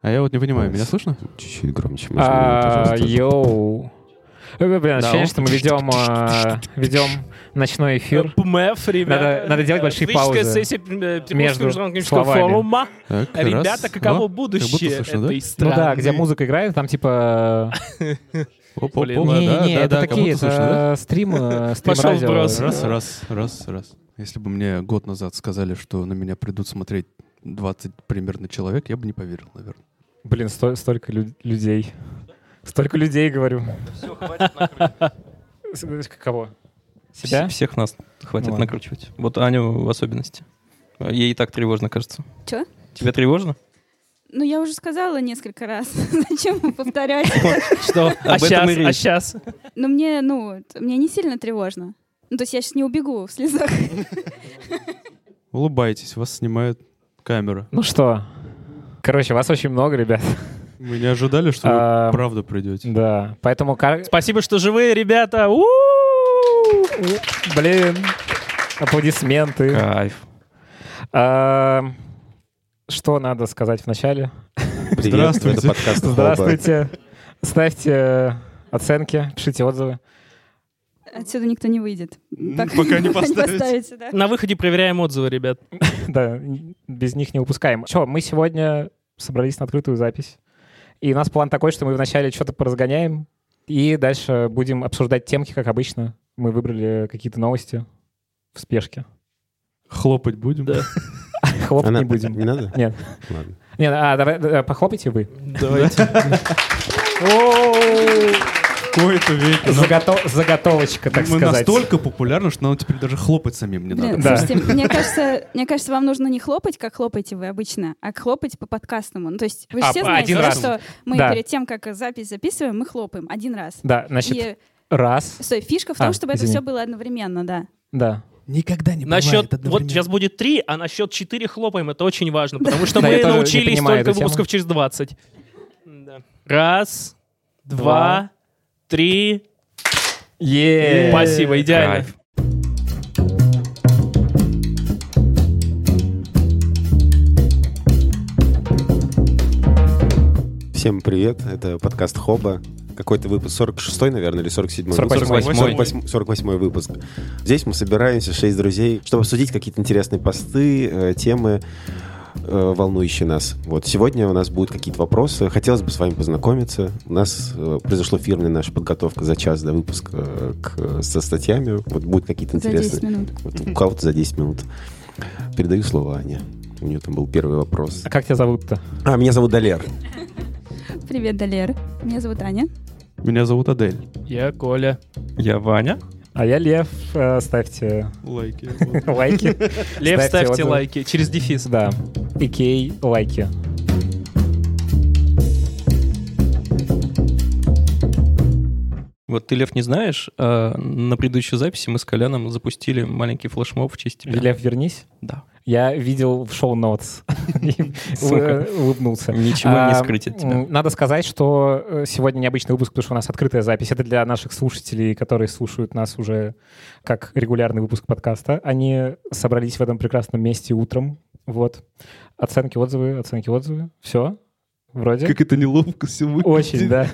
А я вот не понимаю, меня слышно? Чуть-чуть громче, можно, Йоу. Блин, ощущение, что мы ведем ночной эфир. ПМФ, ребята. Надо делать большие паузы сессия Петербургского между международного словами. форума. Так, Ребята, раз, каково два. будущее Как будто слышно, да? этой страны? Ну да, где музыка играет, там типа... Блин, Не, это да, такие, как будто слышно, да? это стрим Пошел радио. вброс. Раз. Если бы мне год назад сказали, что на меня придут смотреть 20 примерно человек, я бы не поверил, наверное. Блин, столько людей. Столько людей, говорю. Все, хватит накручивать. Кого? Себя? Всех нас хватит ладно. накручивать. Вот Аню в особенности. Ей и так тревожно, кажется. Чё? Тебе тревожно? Ну, я уже сказала несколько раз. Зачем повторять? Что? Об этом и А речь. сейчас? Но мне не сильно тревожно. Ну, то есть я сейчас не убегу в слезах. Улыбайтесь, вас снимает камера. Ну что? Короче, вас очень много, ребят. Мы не ожидали, что вы правда придете. Да, поэтому... Спасибо, что живые, ребята. Блин, аплодисменты. Кайф. Что надо сказать в начале? Здравствуйте. Это подкаст Хоба. Здравствуйте. Ставьте оценки, пишите отзывы. Отсюда никто не выйдет. Пока не поставите. Да. На выходе проверяем отзывы, ребят. Да, без них не упускаем. Что, мы сегодня собрались на открытую запись. И у нас план такой, что мы вначале что-то поразгоняем, и дальше будем обсуждать темки, как обычно. Мы выбрали какие-то новости в спешке. Хлопать будем? Да. Хлопать не будем. Не надо? Нет. Ладно. Нет, давай похлопайте вы. Давайте. Какой-то веке. Заготовочка, так Мы сказать. настолько популярны, что нам теперь даже хлопать самим не надо. Блин, Да. слушайте, мне кажется, вам нужно не хлопать, как хлопаете вы обычно, а хлопать по подкастному. Ну, то есть вы же все знаете, один да, раз. что мы Да. перед тем, как запись записываем, мы хлопаем один раз. Да, значит, И раз. стой, фишка в том, чтобы это извини. все было одновременно, да. Да. Никогда не На счет, вот сейчас будет 3, а на счет 4 хлопаем. Это очень важно, потому что Да, мы я тоже не научились понимаю только эту тему. выпусков через 20. Да. Раз, два, 3. Спасибо, идеально. Кайф. Всем привет, это подкаст Хоба. Какой-то выпуск, 46-й, наверное, или 47-й? 48-й. 48-й выпуск. Здесь мы собираемся, 6 друзей, чтобы обсудить какие-то интересные посты, темы, волнующие нас. Вот сегодня у нас будут какие-то вопросы. Хотелось бы с вами познакомиться. У нас произошла фирменная наша подготовка за час до выпуска со статьями. Вот будут какие-то За интересные... 10 минут. Вот у кого-то за 10 минут. Передаю слово Ане. У нее там был первый вопрос. А как тебя зовут-то? Меня зовут Далер. Привет, Далер. Меня зовут Аня. Меня зовут Адель. Я Коля. Я Ваня. А я Лев. Ставьте Лайки. лайки. Лев, ставьте отзывы. лайки. Через дефис. Да. Икей лайки. Вот ты, Лев, не знаешь, на предыдущей записи мы с Коляном запустили маленький флешмоб в честь тебя. Лев, вернись. Да. Я видел в шоу-нотс. Сука. Улыбнулся. Ничего не скрыть от тебя. Надо сказать, что сегодня необычный выпуск, потому что у нас открытая запись. Это для наших слушателей, которые слушают нас уже как регулярный выпуск подкаста. Они собрались в этом прекрасном месте утром. Вот. Оценки, отзывы. Все. Вроде. Как это неловко все выглядит. Очень, да.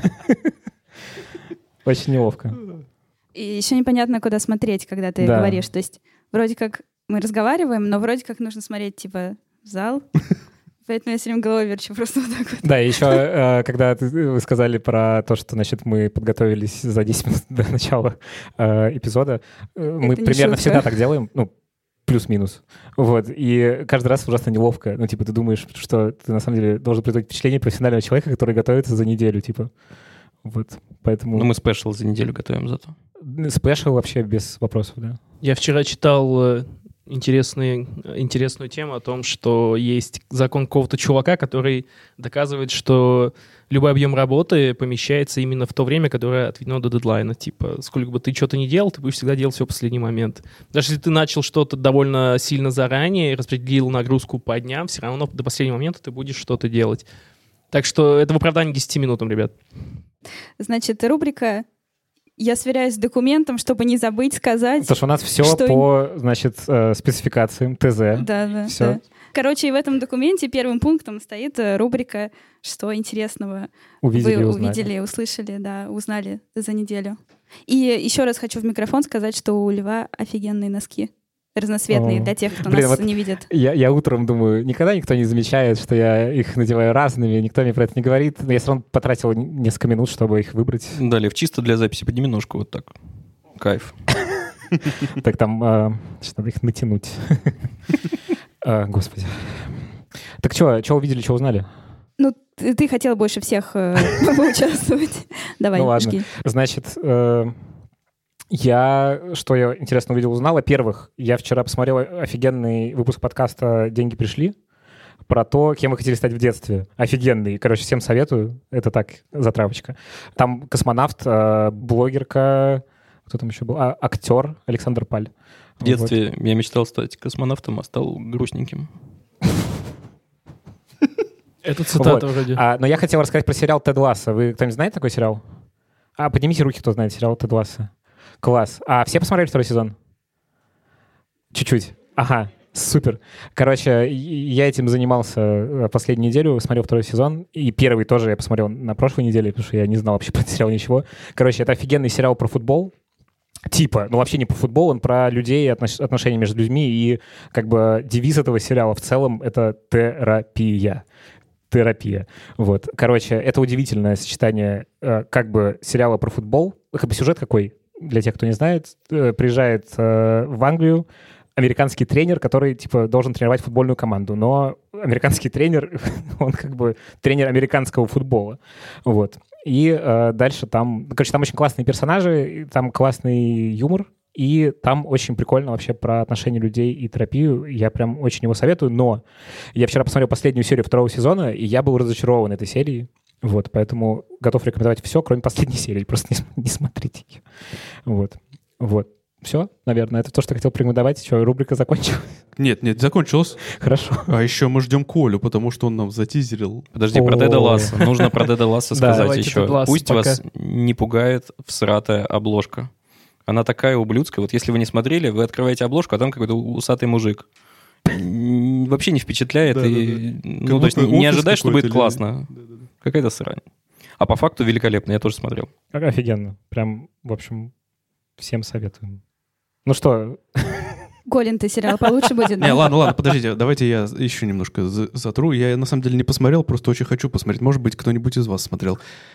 Очень неловко. И еще непонятно, куда смотреть, когда ты Да. говоришь. То есть вроде как мы разговариваем, но вроде как нужно смотреть, типа, в зал. Поэтому я все время головой верчу просто вот так вот. Да, и еще, когда вы сказали про то, что, значит, мы подготовились за 10 минут до начала эпизода, мы не примерно шутка. всегда так делаем, ну, плюс-минус. Вот. И каждый раз ужасно неловко. Ну, типа, ты думаешь, что ты, на самом деле, должен производить впечатление профессионального человека, который готовится за неделю, типа. Вот. Поэтому... Ну, мы спешл за неделю готовим зато. Спешл вообще без вопросов, да. Я вчера читал интересную тему о том, что есть закон какого-то чувака, который доказывает, что любой объем работы помещается именно в то время, которое отведено до дедлайна. Типа, сколько бы ты что-то ни делал, ты будешь всегда делать все в последний момент. Даже если ты начал что-то довольно сильно заранее, распределил нагрузку по дням, все равно до последнего момента ты будешь что-то делать. Так что это в оправдании 10 минутам, ребят. Значит, рубрика Я сверяюсь с документом, чтобы не забыть сказать. Потому что у нас все что... по, значит, спецификациям, ТЗ. Да. Все. Короче, и в этом документе первым пунктом стоит рубрика «Что интересного Увидели, вы увидели, услышали, да, узнали за неделю». И еще раз хочу в микрофон сказать, что у Льва офигенные носки. Разноцветные, для тех, кто нас вот не видит. Я утром думаю, никогда никто не замечает, что я их надеваю разными, никто мне про это не говорит, но я все равно потратил несколько минут, чтобы их выбрать. Да, Лев, чисто для записи подними ножку вот так. Кайф. Так там, надо их натянуть. Господи. Так что увидели, что узнали? Ну, ты хотел больше всех поучаствовать. Давай, ну, ладно. жги. Значит, я интересно увидел, узнал. Во-первых, я вчера посмотрел офигенный выпуск подкаста «Деньги пришли» про то, кем вы хотели стать в детстве. Офигенный. Короче, всем советую. Это так, затравочка. Там космонавт, блогерка, кто там еще был? Актер Александр Паль. В детстве я мечтал стать космонавтом, а стал грустненьким. Это цитата вроде. Но я хотел рассказать про сериал «Тед Лассо». Вы кто-нибудь знает такой сериал? Поднимите руки, кто знает сериал «Тед Лассо». Класс. Все посмотрели второй сезон? Чуть-чуть. Ага, супер. Короче, я этим занимался последнюю неделю, смотрел второй сезон, и первый тоже я посмотрел на прошлой неделе, потому что я не знал вообще про этот сериал ничего. Короче, это офигенный сериал про футбол. Вообще не про футбол, он про людей, отношения между людьми, и как бы девиз этого сериала в целом — это терапия. Вот. Короче, это удивительное сочетание как бы сериала про футбол. Как бы сюжет какой? Для тех, кто не знает, приезжает в Англию американский тренер, который, должен тренировать футбольную команду. Но американский тренер, он как бы тренер американского футбола. Вот. И дальше там очень классные персонажи, там классный юмор, и там очень прикольно вообще про отношения людей и терапию. Я прям очень его советую. Но я вчера посмотрел последнюю серию второго сезона, и я был разочарован этой серией. Вот, поэтому готов рекомендовать все, кроме последней серии. Просто не смотрите ее. Вот. Все, наверное, это то, что хотел порекомендовать. Что, рубрика закончилась? Нет, закончилась. Хорошо. А еще мы ждем Колю, потому что он нам затизерил. Подожди, про Теда Лассо. Нужно про Теда Лассо сказать еще. Пусть вас не пугает всратая обложка. Она такая ублюдская. Вот если вы не смотрели, вы открываете обложку, а там какой-то усатый мужик. Вообще не впечатляет. Да. То есть не ожидай, что будет классно. Какая-то срань. А по факту великолепно, я тоже смотрел. Офигенно. Прям, в общем, всем советуем. Ну что? Колин, ты сериал получше будет, да? Не, ладно, подождите, давайте я еще немножко затру. Я на самом деле не посмотрел, просто очень хочу посмотреть. Может быть, кто-нибудь из вас смотрел.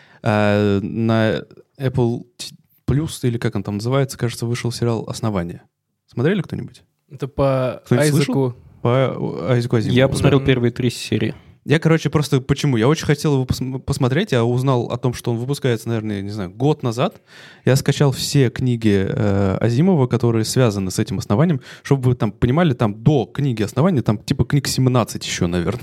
На Apple Plus, или как он там называется, кажется, вышел сериал «Основание». Смотрели кто-нибудь? Это по Айзеку. По Айзеку Азимову. Я посмотрел первые 3 серии. Я, просто почему? Я очень хотел его посмотреть, я узнал о том, что он выпускается, наверное, не знаю, год назад. Я скачал все книги Азимова, которые связаны с этим «Основанием», чтобы вы там понимали, там до книги «Основания», там книг 17 еще, наверное.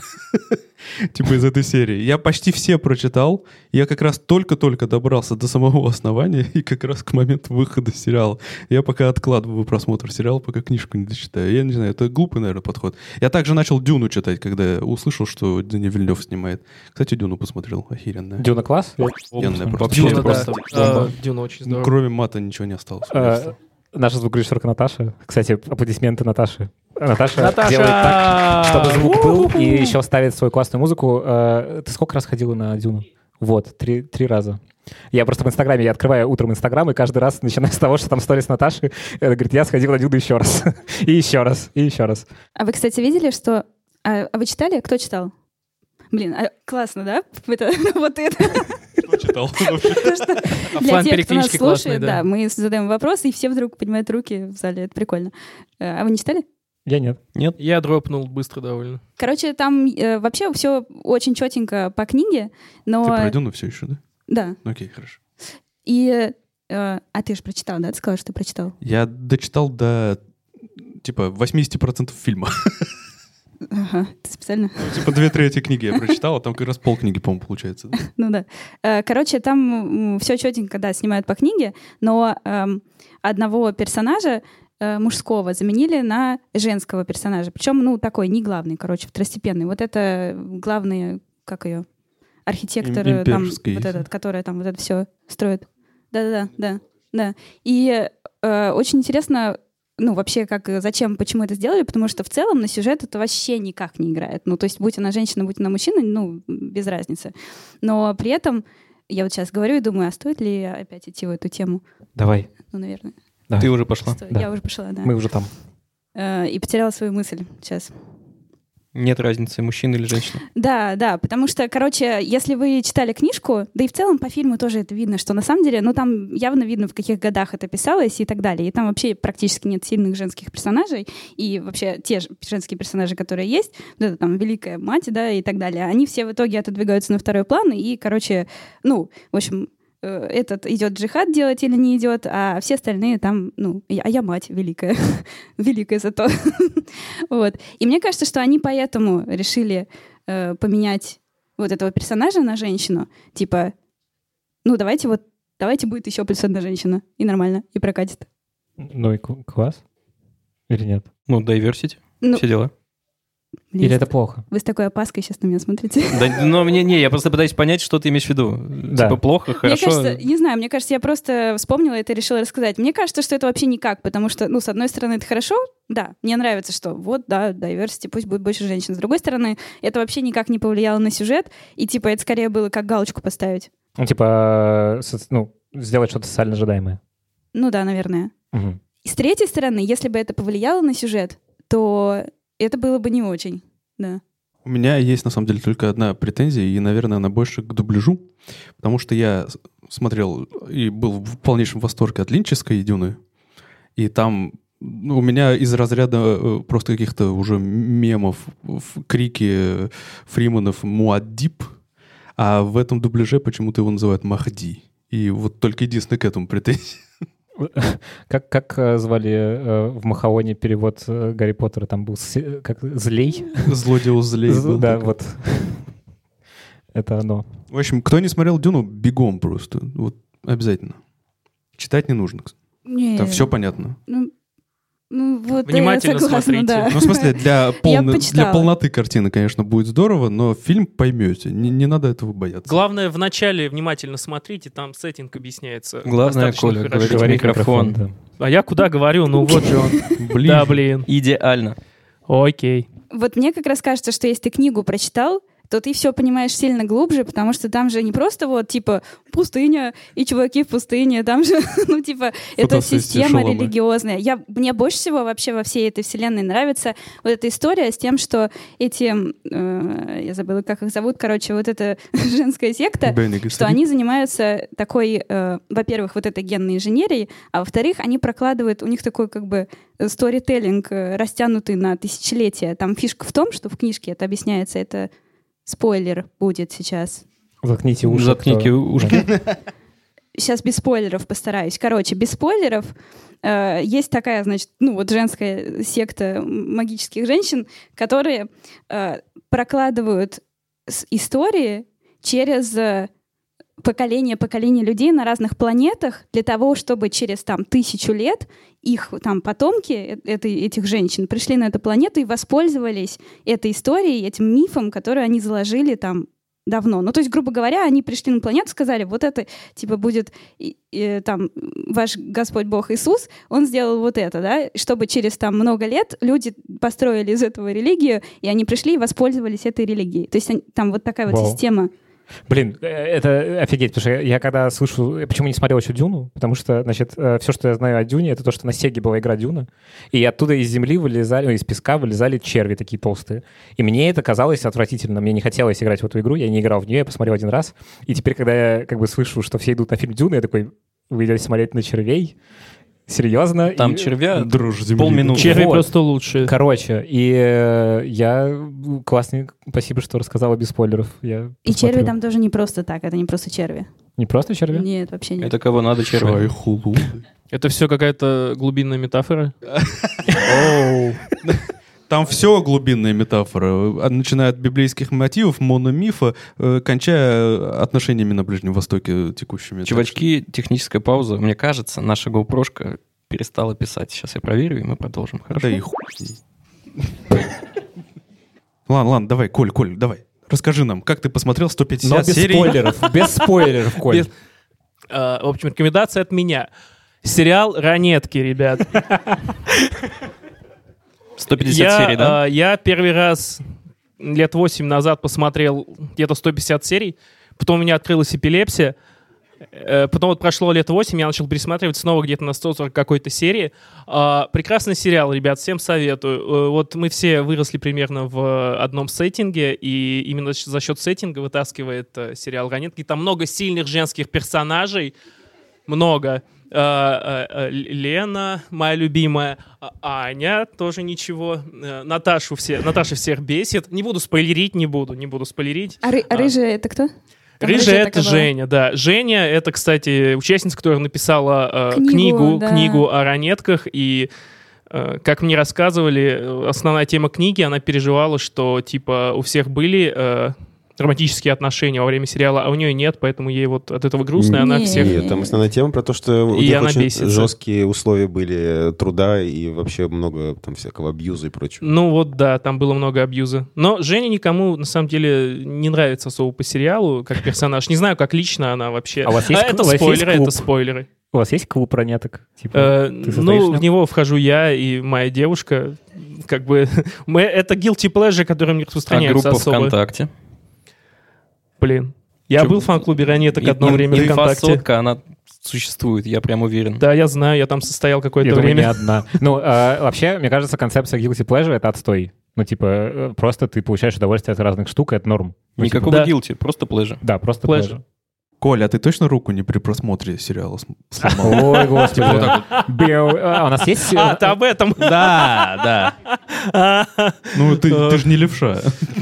Из этой серии. Я почти все прочитал. Я как раз только-только добрался до самого «Основания», и как раз к моменту выхода сериала. Я пока откладываю просмотр сериала, пока книжку не дочитаю. Я не знаю, это глупый, наверное, подход. Я также начал «Дюну» читать, когда услышал, что Дени Вильнёв снимает. Кстати, «Дюну» посмотрел. Охеренная. «Дюна» класс? Охеренная просто. «Дюна» очень здорово. Кроме мата ничего не осталось. Наша звукорежиссерка Наташа. Кстати, аплодисменты Наташе. Наташа делает так, чтобы звук был, и еще ставит свою классную музыку. Ты сколько раз ходила на «Дюну»? Вот, 3 раза. Я просто в Инстаграме, я открываю утром Инстаграм, и каждый раз начинаю с того, что там сторис Наташи. Она говорит, я сходила на «Дюну» еще раз. И еще раз, и еще раз. А вы, кстати, видели, что... А вы читали? Кто читал? Блин, классно, да? Вот это. Кто читал? Для тех, кто нас слушает, да, мы задаем вопросы, и все вдруг поднимают руки в зале. Это прикольно. А вы не читали? Я нет. Нет? Я дропнул быстро довольно. Короче, там вообще все очень четенько по книге, но... Ты про «Дюну» все еще, да? Да. Окей, хорошо. И... А ты же прочитал, да? Ты сказал, что ты прочитал? Я дочитал до, 80% фильма. Ага, ты специально? 2/3 книги я прочитал, а там как раз полкниги, по-моему, получается. Ну да. Короче, там все четенько, да, снимают по книге, но одного персонажа мужского заменили на женского персонажа. Причем, такой, не главный, второстепенный. Вот это главный, как ее, архитектор, там, вот этот, который там вот это все строит. Да-да-да. Да. И очень интересно, ну, вообще, почему это сделали, потому что в целом на сюжет это вообще никак не играет. Ну, то есть, будь она женщина, будь она мужчина, ну, без разницы. Но при этом я вот сейчас говорю и думаю, а стоит ли опять идти в эту тему? Давай. Ну, наверное. Давай. Ты уже пошла? Да. Я уже пошла, да. Мы уже там. И потеряла свою мысль сейчас. Нет разницы, мужчина или женщина. Да, потому что, короче, если вы читали книжку, да и в целом по фильму тоже это видно, что на самом деле, ну, там явно видно, в каких годах это писалось и так далее. И там вообще практически нет сильных женских персонажей. И вообще те же женские персонажи, которые есть, вот это там Великая Мать, да, и так далее, они все в итоге отодвигаются на второй план. И, короче, ну, в общем, этот идет джихад делать или не идет, а все остальные там, ну, а я мать великая, великая зато. Вот. И мне кажется, что они поэтому решили поменять вот этого персонажа на женщину. Типа, ну, давайте будет еще плюс одна женщина, и нормально, и прокатит. Ну и класс? Или нет? Ну, diversity, все дела. Или это плохо? Вы с такой опаской сейчас на меня смотрите. Да, но я просто пытаюсь понять, что ты имеешь в виду. Да. Типа плохо, хорошо. Мне кажется, не знаю, мне кажется, я просто вспомнила это и решила рассказать. Мне кажется, что это вообще никак, потому что, ну, с одной стороны, это хорошо, да, мне нравится, что вот, да, diversity, пусть будет больше женщин. С другой стороны, это вообще никак не повлияло на сюжет, и, типа, это скорее было как галочку поставить. Ну, типа, ну, сделать что-то социально ожидаемое. Ну да, наверное. Угу. И с третьей стороны, если бы это повлияло на сюжет, то это было бы не очень, да. У меня есть, на самом деле, только одна претензия, и, наверное, она больше к дубляжу, потому что я смотрел и был в полнейшем восторге от линческой «Дюны», и там у меня из разряда просто каких-то уже мемов, крики Фриманов «Муаддиб», а в этом дубляже почему-то его называют «Махди». И вот только единственное к этому претензия. Как звали в Махаоне перевод Гарри Поттера? Там был как Злей? Злодеус Злей. Да, вот. Это оно. В общем, кто не смотрел «Дюну», бегом просто. Вот обязательно. Читать не нужно. Там все понятно. Ну, вот внимательно согласна, смотрите. да. Ну, в смысле, для полноты картины, конечно, будет здорово, но фильм поймете. Не надо этого бояться. Главное, вначале внимательно смотрите, там сеттинг объясняется. Главное, Коля, говорить в микрофон. Да. А я куда говорю? Ну вот же он. Да, блин. Идеально. Окей. Вот мне как раз кажется, что если ты книгу прочитал, то ты все понимаешь сильно глубже, потому что там же не просто вот, типа, пустыня и чуваки в пустыне, там же, ну, типа, это система религиозная. Мне больше всего вообще во всей этой вселенной нравится вот эта история с тем, что эти, я забыла, как их зовут, короче, вот эта женская секта, что они занимаются такой, во-первых, вот этой генной инженерией, а во-вторых, они прокладывают, у них такой, как бы, сторителлинг, растянутый на тысячелетия. Там фишка в том, что в книжке это объясняется, это спойлер будет сейчас. Заткните уши. Заткните ушки. Сейчас без спойлеров постараюсь. Короче, без спойлеров. Есть такая, значит, ну вот женская секта магических женщин, которые прокладывают истории через поколение людей на разных планетах для того, чтобы через там 1000 лет их там потомки этих женщин пришли на эту планету и воспользовались этой историей, этим мифом, который они заложили там давно. Ну, то есть, грубо говоря, они пришли на планету, сказали, вот это, типа, будет там ваш Господь Бог Иисус, он сделал вот это, да, чтобы через там много лет люди построили из этого религию, и они пришли и воспользовались этой религией. То есть там вот такая вот система. Блин, это офигеть, потому что я когда слышу... Почему не смотрел еще «Дюну»? Потому что, значит, все, что я знаю о «Дюне», это то, что на Сеге была игра «Дюна», и оттуда из земли вылезали, из песка вылезали черви такие толстые. И мне это казалось отвратительно. Мне не хотелось играть в эту игру, я не играл в нее, я посмотрел один раз. И теперь, когда я как бы слышу, что все идут на фильм «Дюна», я такой, вы идете смотреть на червей? Серьезно? Там червя дрожь полминуты. Черви просто лучше. Короче, и я... Классно, спасибо, что рассказала без спойлеров. И черви там тоже не просто так, это не просто черви. Не просто черви? Нет, вообще нет. Это кого надо черви? Это все какая-то глубинная метафора? Там все глубинная метафора, начиная от библейских мотивов, мономифа, кончая отношениями на Ближнем Востоке текущими. Чувачки, техническая пауза. Мне кажется, наша GoPro-шка перестала писать. Сейчас я проверю, и мы продолжим. Хорошо? Да и хуй. Ладно, давай, Коль, давай. Расскажи нам, как ты посмотрел 150 серий? Но без спойлеров, Коль. В общем, рекомендация от меня. Сериал «Ранетки», ребят. 150 серий, да? Я первый раз лет 8 назад посмотрел где-то 150 серий, потом у меня открылась эпилепсия, потом вот прошло лет 8, я начал пересматривать снова где-то на 140 какой-то серии. Прекрасный сериал, ребят, всем советую. Вот мы все выросли примерно в одном сеттинге, и именно за счет сеттинга вытаскивает сериал «Ранетки». Там много сильных женских персонажей, много. Лена, моя любимая, Аня, тоже ничего, Наташа всех бесит. Не буду спойлерить. А рыжая это кто? Рыжая — это Женя, да. Женя — это, кстати, участница, которая написала книгу о ранетках, и, как мне рассказывали, основная тема книги, она переживала, что, типа, у всех были романтические отношения во время сериала, а у нее нет, поэтому ей вот от этого грустно, и она всех... Нет, там основная тема про то, что у них очень жесткие условия были труда и вообще много там всякого абьюза и прочего. Ну вот, да, там было много абьюза. Но Женя никому, на самом деле, не нравится особо по сериалу, как персонаж. Не знаю, как лично она вообще... А у вас есть это спойлеры. У вас есть клуб ранеток? Типа, в него вхожу я и моя девушка. Как бы это guilty pleasure, который не распространяется особо. А группа ВКонтакте? Блин. Я был в фан-клубе ранеток одно время ВКонтакте. Инфосотка, она существует, я прям уверен. Да, я знаю, я там состоял какое-то время. Я думаю, не одна. Ну, вообще, мне кажется, концепция guilty pleasure — это отстой. Ну, типа, просто ты получаешь удовольствие от разных штук, и это норм. Никакого guilty, просто pleasure. Да, просто pleasure. Коля, а ты точно руку не при просмотре сериала сломал? Ой, господи. У нас есть... ты об этом? Да. Ну, ты же не левша.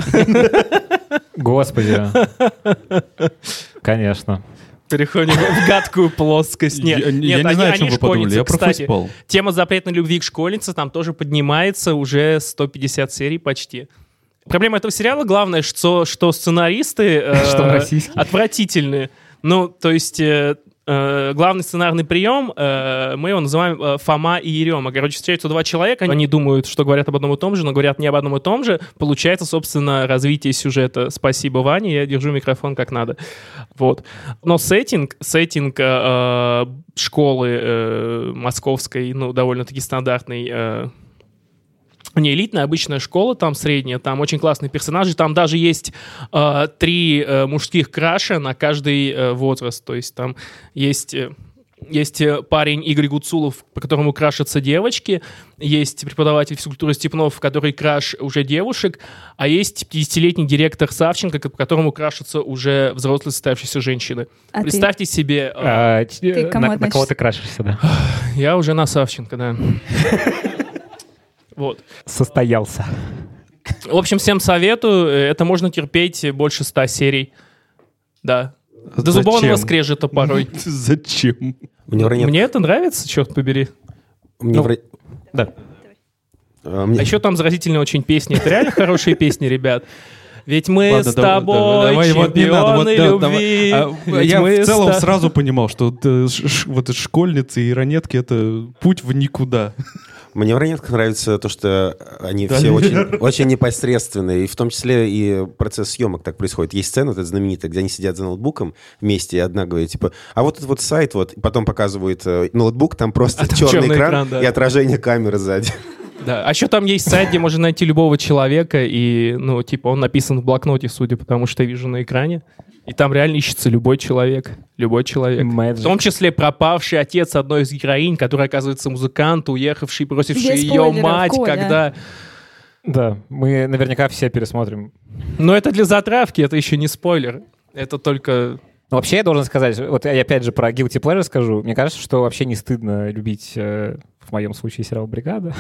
Господи. Конечно. Переходим в гадкую плоскость. Нет, я не знаю, о чем вы подумали, я профуспал. Тема запретной любви к школьнице там тоже поднимается уже 150 серий почти. Проблема этого сериала главное, что сценаристы отвратительные. Ну, то есть главный сценарный прием, мы его называем Фома и Ерема. Короче, встречаются два человека, они думают, что говорят об одном и том же, но говорят не об одном и том же. Получается, собственно, развитие сюжета. Спасибо, Ваня, я держу микрофон как надо. Вот. Но сеттинг школы московской, ну, довольно-таки стандартный, не элитная, обычная школа, там средняя, там очень классные персонажи, там даже есть 3 мужских краша на каждый возраст, то есть там есть парень Игорь Гуцулов, по которому крашатся девочки, есть преподаватель физкультуры Степнов, который краш уже девушек, а есть 50-летний директор Савченко, по которому крашатся уже взрослые состоявшиеся женщины. А представьте себе... На кого ты крашишься, да? Я уже на Савченко, да. Вот. Состоялся. В общем, всем советую. Это можно терпеть больше 100 серий. Да. До зубовного скрежета порой. Зачем? Мне это нравится, черт побери. Да. А еще там заразительные очень песни. Это реально хорошие песни, ребят. Ведь мы с тобой чемпионы любви. Я в целом сразу понимал, что вот школьницы и ранетки — это путь в никуда. Мне в ранетках нравится то, что они все очень непосредственные, и в том числе и процесс съемок так происходит. Есть сцена, это знаменитая, где они сидят за ноутбуком вместе, и одна говорит, типа, а вот этот вот сайт, вот, и потом показывают ноутбук, там просто черный экран да. И отражение камеры сзади. Да, а еще там есть сайт, где можно найти любого человека, и, ну, типа, он написан в блокноте, судя по тому, что я вижу на экране. И там реально ищется любой человек. Любой человек. Magic. В том числе пропавший отец одной из героинь, который, оказывается, музыкант, уехавший, бросивший ее мать, когда... Да, мы наверняка все пересмотрим. Но это для затравки, это еще не спойлер. Это только... Ну, вообще, я должен сказать, вот я опять же про Guilty Pleasure скажу. Мне кажется, что вообще не стыдно любить, в моем случае, сериал «Бригада».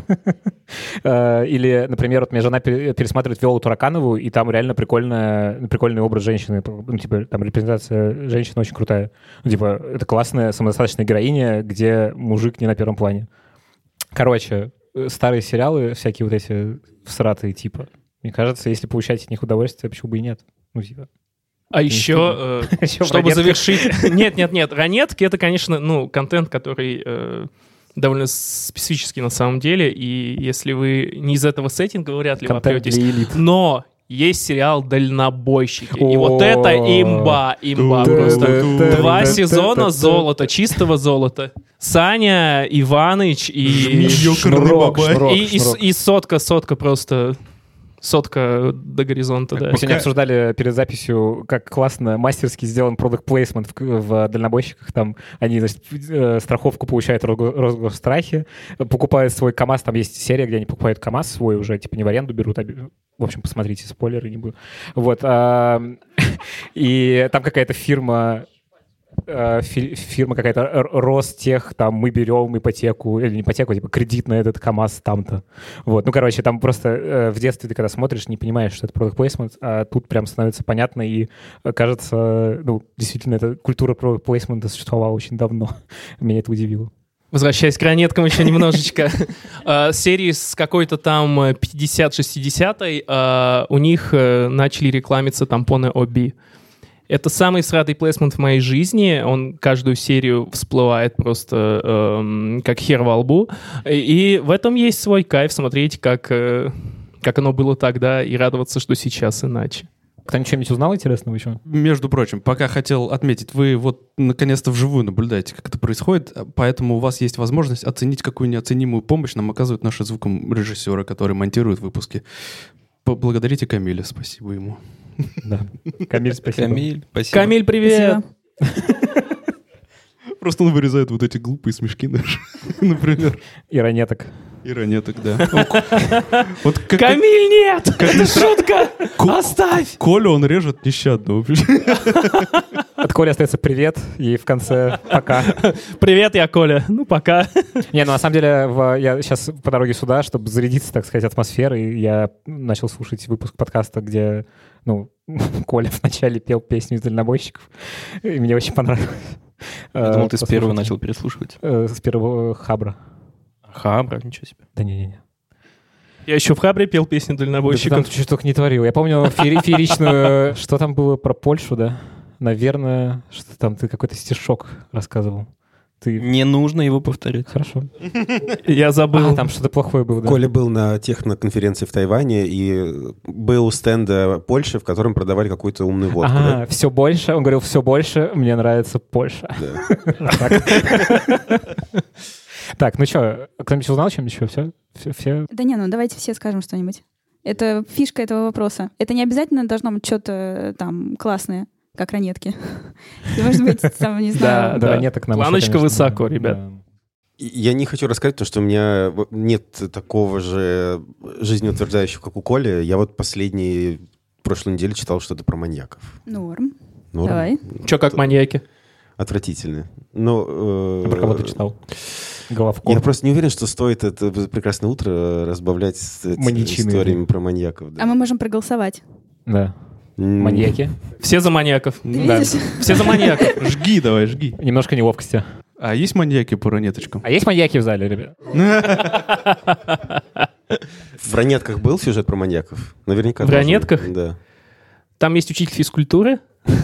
Или, например, вот моя жена пересматривает Виолу Тураканову, и там реально прикольный образ женщины. Ну, типа, там репрезентация женщины очень крутая. Ну, типа, это классная самодостаточная героиня, где мужик не на первом плане. Короче, старые сериалы, всякие вот эти всратые типа. Мне кажется, если получать от них удовольствие, почему бы и нет? Ну, типа... А еще, чтобы завершить... Нет, ранетки — это, конечно, ну, контент, который довольно специфический на самом деле, и если вы не из этого сеттинга, вряд ли вопретесь. Но есть сериал «Дальнобойщики». И вот это имба просто. 2 сезона золота, чистого золота. Саня, Иваныч и Шнурок. сотка просто... Сотка до горизонта, да. Мы сегодня обсуждали перед записью, как классно, мастерски сделан product placement в дальнобойщиках. Там они, значит, страховку получают в Росгострахе, покупают свой КАМАЗ. Там есть серия, где они покупают КАМАЗ свой уже, типа не в аренду берут, а... В общем, посмотрите, спойлеры не буду. Вот. И там какая-то фирма какая-то Ростех, там мы берем ипотеку, или не ипотеку, типа кредит на этот КАМАЗ там-то. Вот. Ну, короче, там просто в детстве ты когда смотришь, не понимаешь, что это product placement, а тут прям становится понятно, и кажется, ну, действительно, эта культура product placement существовала очень давно. Меня это удивило. Возвращаясь к ранеткам еще немножечко. Серии с какой-то там 50-60-й у них начали рекламиться тампоны OB. Это самый всратый плейсмент в моей жизни. Он каждую серию всплывает просто как хер во лбу. И в этом есть свой кайф смотреть, как оно было тогда, и радоваться, что сейчас иначе. Кто-нибудь что-нибудь узнал интересного еще? Между прочим, пока хотел отметить, вы вот наконец-то вживую наблюдаете, как это происходит, поэтому у вас есть возможность оценить, какую неоценимую помощь нам оказывают наши звукорежиссеры, которые монтируют выпуски. Поблагодарите Камиля, спасибо ему. Да. Камиль, спасибо. Камиль, спасибо. Камиль, привет! Просто он вырезает вот эти глупые смешки наши, например. И ранеток. И ранеток, да. Камиль, нет! Это шутка! Оставь! Колю он режет нещадно вообще. От Коли остается привет, и в конце пока. Привет, я Коля. Ну, пока. Не, ну на самом деле, я сейчас по дороге сюда, чтобы зарядиться, так сказать, атмосферой, я начал слушать выпуск подкаста, где, ну, Коля вначале пел песню из «Дальнобойщиков», и мне очень понравилось. Я думал, ты с первого начал переслушивать. С первого Хабра. Хабра, ничего себе. Да не-не-не. Я еще в Хабре пел песню «Дальнобойщиков». Да, там что только не творил. Я помню фееричную... Что там было про Польшу, да? Наверное, что там ты какой-то стишок рассказывал. Не нужно его повторять. Хорошо. Я забыл. Там что-то плохое было, да? Коля был на техноконференции в Тайване, и был стенд Польши, в котором продавали какую-то умную водку. Да? Все больше. Он говорил, все больше, мне нравится Польша. Так, ну что, кто-нибудь узнал чем-нибудь еще? Все? Да не, ну давайте все скажем что-нибудь. Это фишка этого вопроса. Это не обязательно должно быть что-то там классное, как ранетки. Может быть, там, не знаю... Да, ранеток нам планочка высоко, ребят. Я не хочу рассказать, потому что у меня нет такого же жизнеутверждающего, как у Коли. Я вот прошлую неделю читал что-то про маньяков. Норм. Давай. Че, как маньяки? Отвратительно. Но, про кого ты читал? Головкор. Я просто не уверен, что стоит это прекрасное утро разбавлять с историями про маньяков. Да. А мы можем проголосовать. Да. Маньяки. Все за маньяков. Да. Все за маньяков. Жги, давай, жги. Немножко неловкости. А есть маньяки по ранеточкам? А есть маньяки в зале, ребят? В «Ранетках» был сюжет про маньяков? Наверняка. В «Ранетках»? Да. Там есть учитель физкультуры.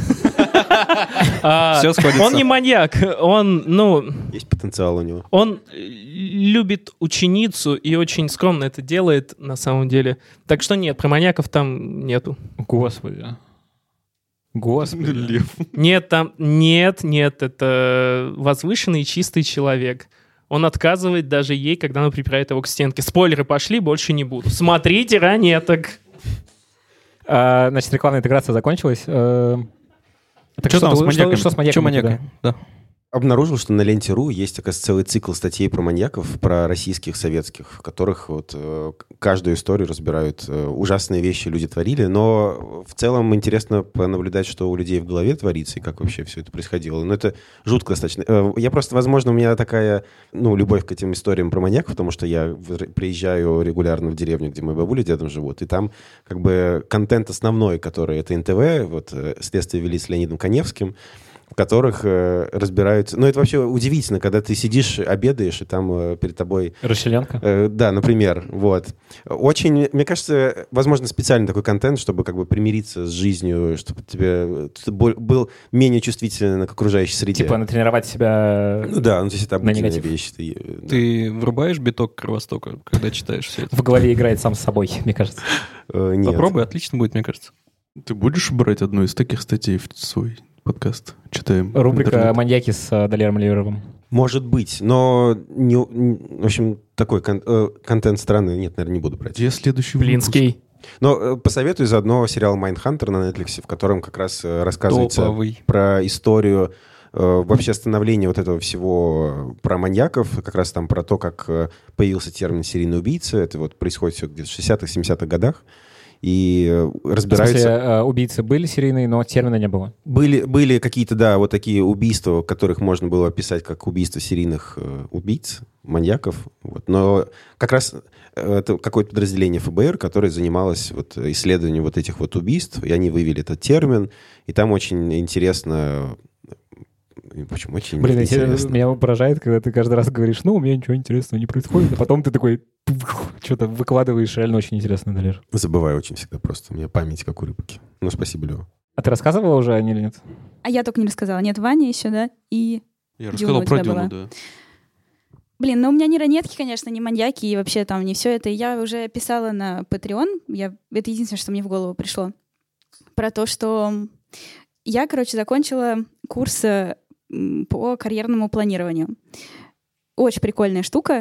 Все сходится. Он не маньяк, Есть потенциал у него. Он любит ученицу и очень скромно это делает на самом деле. Так что нет, про маньяков там нету. Господи. Лев. Нет, это возвышенный и чистый человек. Он отказывает даже ей, когда она припирает его к стенке. Спойлеры пошли, больше не буду. Смотрите «Ранеток». Значит, рекламная интеграция закончилась. Так что там с маньяками? Что с маньяками? Что маньяки? Да. Обнаружил, что на Ленте.ру есть, оказывается, целый цикл статей про маньяков, про российских, советских, в которых вот каждую историю разбирают. Ужасные вещи люди творили, но в целом интересно понаблюдать, что у людей в голове творится и как вообще все это происходило. Но это жутко достаточно. Я просто, возможно, у меня такая, любовь к этим историям про маньяков, потому что я приезжаю регулярно в деревню, где мои бабули дедом живут, и там как бы контент основной, который это НТВ, вот «Следствие вели» с Леонидом Каневским, в которых разбираются... Ну, это вообще удивительно, когда ты сидишь, обедаешь, и там перед тобой... Расчленка? Да, например. Вот. Очень, мне кажется, возможно, специальный такой контент, чтобы как бы примириться с жизнью, чтобы ты был менее чувствителен к окружающей среде. Типа натренировать себя. Ну да, ну то есть это обычная вещь. Ты врубаешь биток Кровостока, когда читаешь все это? В голове играет сам с собой, мне кажется. Нет. Попробуй, отлично будет, мне кажется. Ты будешь брать одну из таких статей в свой подкаст? Читаем. Рубрика «Маньяки» с Далером Ливеровым. Может быть, но, в общем, такой контент странный, нет, наверное, не буду брать. Где следующий Блинский. Но посоветую заодно сериал «Майндхантер» на Netflix, в котором как раз рассказывается про историю вообще становления вот этого всего про маньяков, как раз там про то, как появился термин «серийный убийца». Это вот происходит все где-то в 60-х, 70-х годах. И разбираются... В смысле, убийцы были серийные, но термина не было? Были какие-то, да, вот такие убийства, которых можно было описать как убийства серийных убийц, маньяков. Вот. Но как раз это какое-то подразделение ФБР, которое занималось вот исследованием вот этих вот убийств, и они вывели этот термин, и там очень интересно... Почему очень интересно? Меня поражает, когда ты каждый раз говоришь, ну, у меня ничего интересного не происходит, а потом ты такой что-то выкладываешь, реально очень интересно, Далер. Забываю очень всегда просто. У меня память как у рыбки. Ну, спасибо, Лева. А ты рассказывала уже о ней или нет? А я только не рассказала. Нет, Ваня еще, да? И я рассказал про Дюну, да. Блин, ну у меня не ранетки, конечно, не маньяки, и вообще там не все это. Я уже писала на Patreon, это единственное, что мне в голову пришло, про то, что я, закончила курс по карьерному планированию. Очень прикольная штука.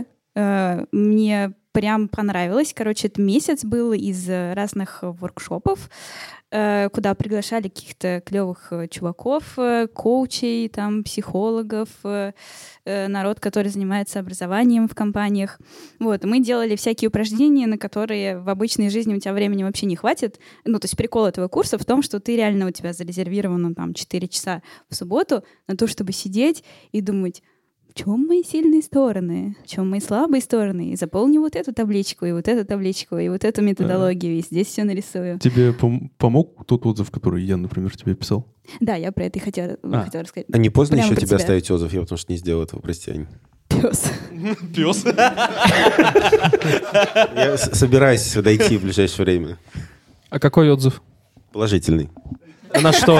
Мне прям понравилось. Это месяц был из разных воркшопов, куда приглашали каких-то клевых чуваков, коучей, там, психологов, народ, который занимается образованием в компаниях. Вот. Мы делали всякие упражнения, на которые в обычной жизни у тебя времени вообще не хватит. Ну, то есть прикол этого курса в том, что ты реально, у тебя зарезервировано там 4 часа в субботу на то, чтобы сидеть и думать, в чем мои сильные стороны, в чем мои слабые стороны, и заполню вот эту табличку, и вот эту табличку, и вот эту методологию, и здесь все нарисую. Тебе помог тот отзыв, который я, например, тебе писал? Да, я про это и хотела рассказать. А не поздно прямо еще тебе оставить отзыв? Я потому что не сделал этого, прости, Ань. Пес. Пес? Я собираюсь дойти в ближайшее время. А какой отзыв? Положительный. А на что?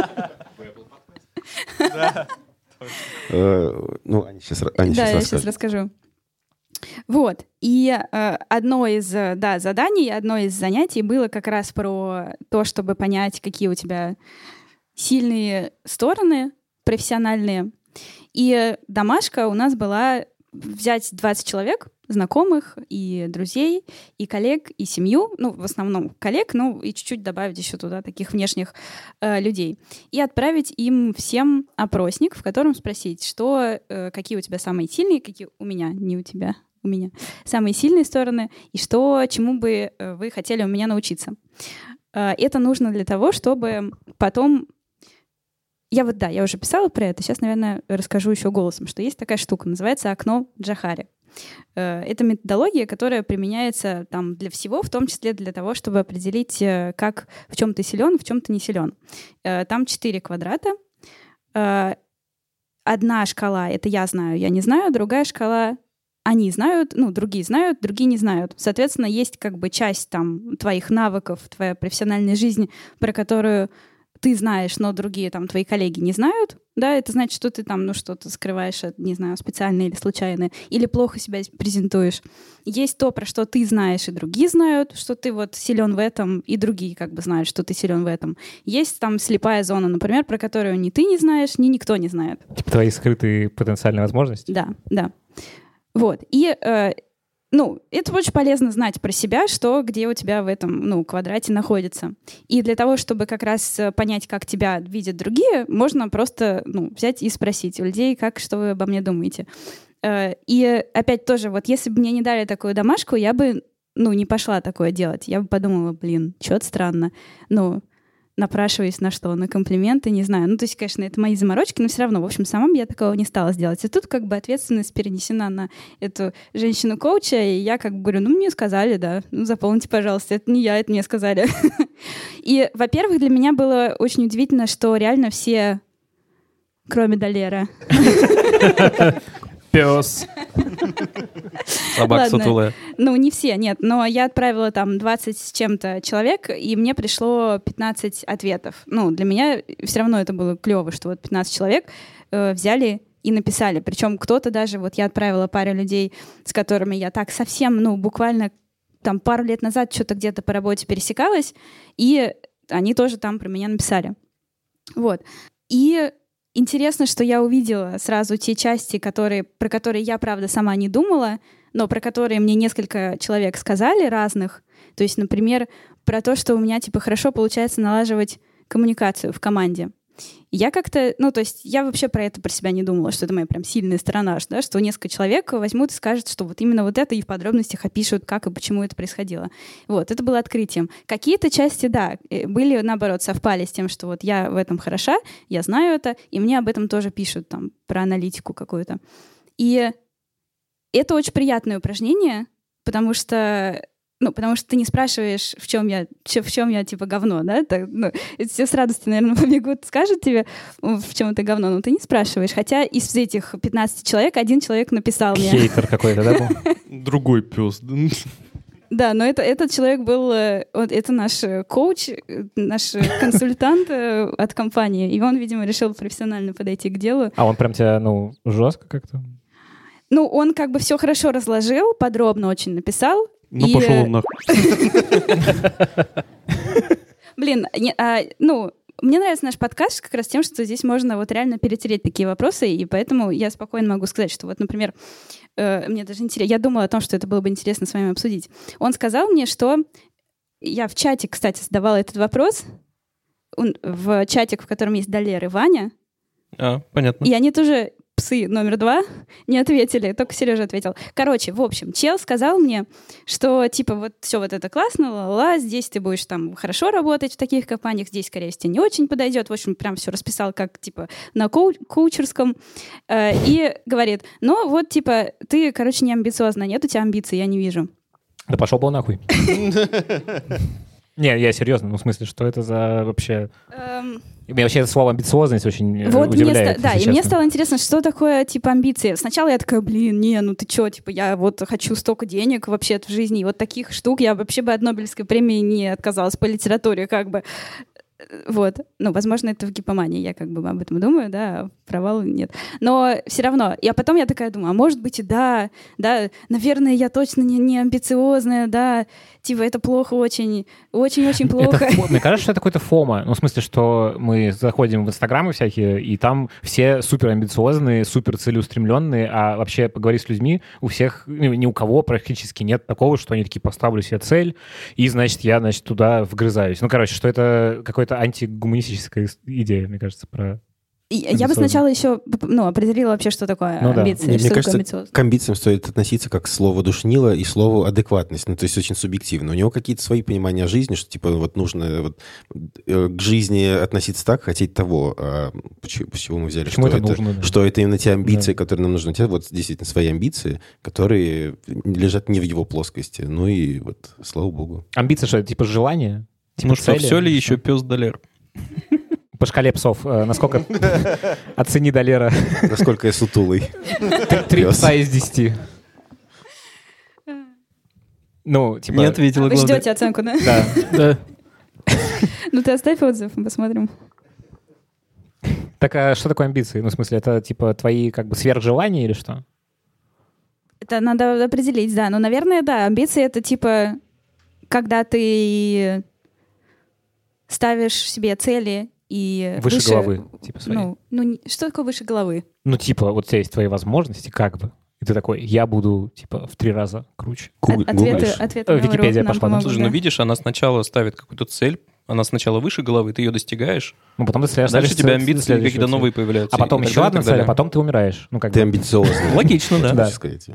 Ну, Аня сейчас расскажет. Да, я сейчас расскажу. Вот. И одно из заданий, одно из занятий было как раз про то, чтобы понять, какие у тебя сильные стороны профессиональные. И домашка у нас была взять 20 человек, знакомых и друзей, и коллег, и семью, ну, в основном коллег, ну, и чуть-чуть добавить еще туда таких внешних людей, и отправить им всем опросник, в котором спросить, что, какие у тебя самые сильные, какие у меня, не у тебя, у меня, самые сильные стороны, и что, чему бы вы хотели у меня научиться. Это нужно для того, чтобы потом... Я уже писала про это, сейчас, наверное, расскажу еще голосом, что есть такая штука, называется «Окно Джохари». Это методология, которая применяется там для всего, в том числе для того, чтобы определить, как, в чем ты силен, в чем ты не силен. Там 4 квадрата. Одна шкала — это я знаю, я не знаю, другая шкала — они знают, ну, другие знают, другие не знают. Соответственно, есть как бы часть там твоих навыков, твоя профессиональная жизнь, про которую ты знаешь, но другие там твои коллеги не знают, да, это значит, что ты там, ну, что-то скрываешь, не знаю, специально или случайно, или плохо себя презентуешь. Есть то, про что ты знаешь, и другие знают, что ты вот силен в этом, и другие как бы знают, что ты силен в этом. Есть там слепая зона, например, про которую ни ты не знаешь, ни никто не знает. Типа твои скрытые потенциальные возможности? Да. Вот. И ну, это очень полезно знать про себя, что где у тебя в этом, ну, квадрате находится. И для того, чтобы как раз понять, как тебя видят другие, можно просто, ну, взять и спросить у людей, что вы обо мне думаете. И опять тоже, вот если бы мне не дали такую домашку, я бы, ну, не пошла такое делать. Я бы подумала, что-то странно. Ну, напрашиваюсь на что? На комплименты, не знаю. Ну, то есть, конечно, это мои заморочки, но все равно, в общем, сама бы я такого не стала сделать. И тут как бы ответственность перенесена на эту женщину-коуча, и я как бы говорю, ну, мне сказали, да, ну, заполните, пожалуйста, это не я, это мне сказали. И, во-первых, для меня было очень удивительно, что реально все кроме Далера. Пес. Собака сутулая. Ну, не все, нет. Но я отправила там 20 с чем-то человек, и мне пришло 15 ответов. Ну, для меня все равно это было клево, что вот 15 человек взяли и написали. Причем кто-то даже... Вот я отправила пару людей, с которыми я так совсем, ну, буквально там пару лет назад что-то где-то по работе пересекалась, и они тоже там про меня написали. Вот. И интересно, что я увидела сразу те части, про которые я, правда, сама не думала, но про которые мне несколько человек сказали разных. То есть, например, про то, что у меня, типа, хорошо получается налаживать коммуникацию в команде. Я как-то, ну, то есть я вообще про это про себя не думала, что это моя прям сильная сторона, да, что несколько человек возьмут и скажут, что вот именно вот это, и в подробностях опишут, как и почему это происходило. Вот, это было открытием. Какие-то части, да, были, наоборот, совпали с тем, что вот я в этом хороша, я знаю это, и мне об этом тоже пишут, там, про аналитику какую-то. И это очень приятное упражнение, потому что ты не спрашиваешь, в чем я типа говно, да? Все с радостью, наверное, побегут, скажут тебе, в чем это говно, но ты не спрашиваешь. Хотя из этих 15 человек один человек написал мне. Хейтер какой-то, да, был? Другой пес. Да, но этот человек был, это наш коуч, наш консультант от компании, и он, видимо, решил профессионально подойти к делу. А он прям тебя, жестко как-то? Ну, он как бы все хорошо разложил, подробно очень написал. Ну, пошел он нахуй. Блин, мне нравится наш подкаст как раз тем, что здесь можно вот реально перетереть такие вопросы, и поэтому я спокойно могу сказать, что вот, например, мне даже интересно, я думала о том, что это было бы интересно с вами обсудить. Он сказал мне, что я в чате, кстати, задавала этот вопрос, в чатик, в котором есть Далер и Ваня. Понятно. И они тоже... Псы номер 2 не ответили, только Сережа ответил. Короче, в общем, чел сказал мне, что типа вот все вот это классно, ла-ла, здесь ты будешь там хорошо работать в таких компаниях, здесь, скорее всего, не очень подойдет. В общем, прям все расписал как типа на коучерском. И говорит, ну вот типа ты, короче, не амбициозна, нет у тебя амбиций, я не вижу. Да пошел бы он нахуй. Не, я серьезно, в смысле, что это за вообще... Меня вообще это слово «амбициозность» очень удивляет. Да, и мне стало интересно, что такое, типа, амбиции. Сначала я такая, ну ты чё, типа, я вот хочу столько денег вообще-то в жизни, и вот таких штук я вообще бы от Нобелевской премии не отказалась по литературе, как бы. Вот. Возможно, это в гипомании, я как бы об этом думаю, да, а провала нет. Но все равно. И потом я такая думаю, а может быть и да, наверное, я точно не амбициозная, да, типа это плохо очень, очень-очень плохо. Мне кажется, что это какой-то фома. В смысле, что мы заходим в инстаграмы всякие, и там все супер амбициозные, супер целеустремленные, а вообще поговорить с людьми у всех, ни у кого практически нет такого, что они такие, поставлю себе цель, и, я туда вгрызаюсь. Что это какой-то антигуманистическая идея, мне кажется, про... Я бы сначала еще определила вообще, что такое амбиции. Мне кажется, к амбициям стоит относиться как к слову душнила и слову адекватность. То есть очень субъективно. У него какие-то свои понимания жизни, что типа вот нужно к жизни относиться так, хотеть того. А почему мы взяли, почему это нужно, что это именно те амбиции, которые нам нужны. У тебя вот действительно свои амбиции, которые лежат не в его плоскости. Ну и вот, слава богу. Амбиции что, типа желание? Типа цели? Все ли еще пес Далер? По шкале псов, насколько... Оцени Далера. Насколько я сутулый. 3 пса из 10. Не ответила. Вы ждете оценку, да? Да. Ты оставь отзыв, мы посмотрим. Так, а что такое амбиции? В смысле, это типа твои как бы сверхжелания или что? Это надо определить, да. Наверное, да. Амбиции — это типа, когда ты ставишь себе цели и выше головы, типа, своей. Что такое выше головы? Типа, вот у тебя есть твои возможности, как бы. И ты такой, я буду, типа, в 3 раза круче. Ответы Википедия пошла. Слушай, видишь, она сначала ставит какую-то цель, она сначала выше головы, ты ее достигаешь. Потом ты ставишь дальше у тебя амбиции какие-то новые появляются. А потом еще одна цель, а потом ты умираешь. Ты амбициозный. Логично, да.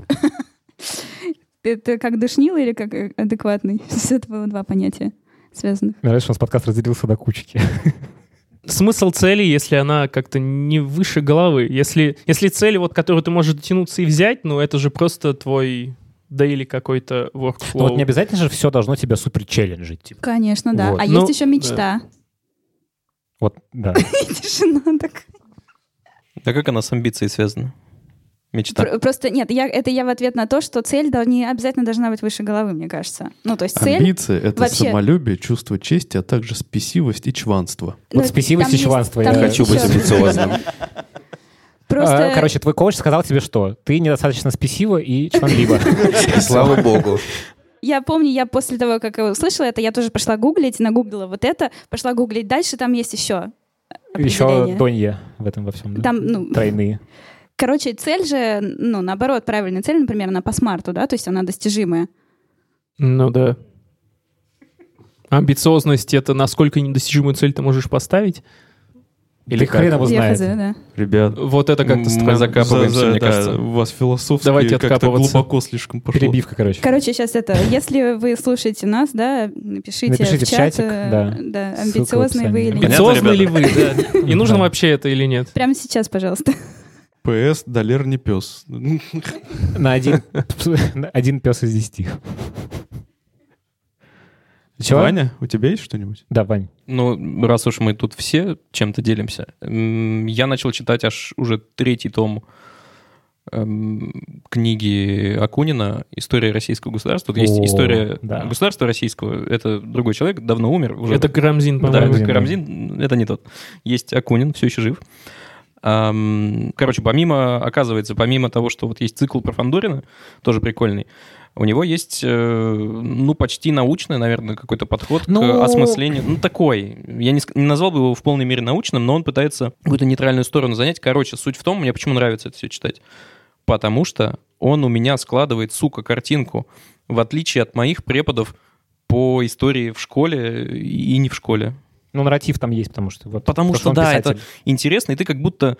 Ты как душнил или как адекватный? Это было 2 понятия связанных. Мне нравится, что у нас подкаст разделился до кучки. Смысл цели, если она как-то не выше головы. Если цель, которую ты можешь дотянуться и взять, это же просто твой daily какой-то workflow. Не обязательно же все должно тебя супер челленджить. Типа. Конечно, да. Есть еще мечта. Да. Тишина так. А как она с амбицией связана? Мечта. Просто нет, я в ответ на то, что цель не обязательно должна быть выше головы, мне кажется. Ну, то есть цель... Амбиции — это вообще... самолюбие, чувство чести, а также спесивость и чванство. Вот спесивость и чванство. Я хочу быть амбициозным. Просто... Короче, твой коуч сказал тебе что? Ты недостаточно спесива и чванлива. Слава богу. Я помню, я после того, как я услышала это, я тоже пошла гуглить, нагуглила вот это, пошла гуглить дальше, там есть еще Еще донья в этом во всем, да? Там, тройные. Короче, цель же, наоборот, правильная цель, например, она по смарту, да, то есть она достижимая. Ну да. Амбициозность — это насколько недостижимую цель ты можешь поставить? Или хрен его знает. Да. Ребят, Вот это как-то Мы закапываемся, мне кажется. У вас философски Давайте как-то откапываться. глубоко слишком пошло. Перебивка, короче. Короче, сейчас если вы слушаете нас, да, напишите в чат, чатик, да. амбициозные вы или нет. Понятно, Амбициозны ли ребята? вы, да? И нужно вообще это или нет? Прямо сейчас, пожалуйста. ПС, Далер не пес. На один пес из 10. Чего? Ваня, у тебя есть что-нибудь? Да, Вань. Ну, раз уж мы тут все чем-то делимся, я начал читать аж уже 3-й том книги Акунина «История российского государства». Вот есть история государства российского, это другой человек, давно умер. Уже. Это Карамзин, Да, по-моему. это Карамзин, это не тот. Есть Акунин, все еще жив. Короче, оказывается, помимо того, что вот есть цикл про Фандорина, тоже прикольный, у него есть, почти научный, наверное, какой-то подход к осмыслению. Ну, такой. Я не назвал бы его в полной мере научным, но он пытается какую-то нейтральную сторону занять. Короче, суть в том, мне почему нравится это все читать. Потому что он у меня складывает, картинку, в отличие от моих преподов по истории в школе и не в школе. Ну, нарратив там есть, потому что... Потому что, да, это интересно, и ты как будто,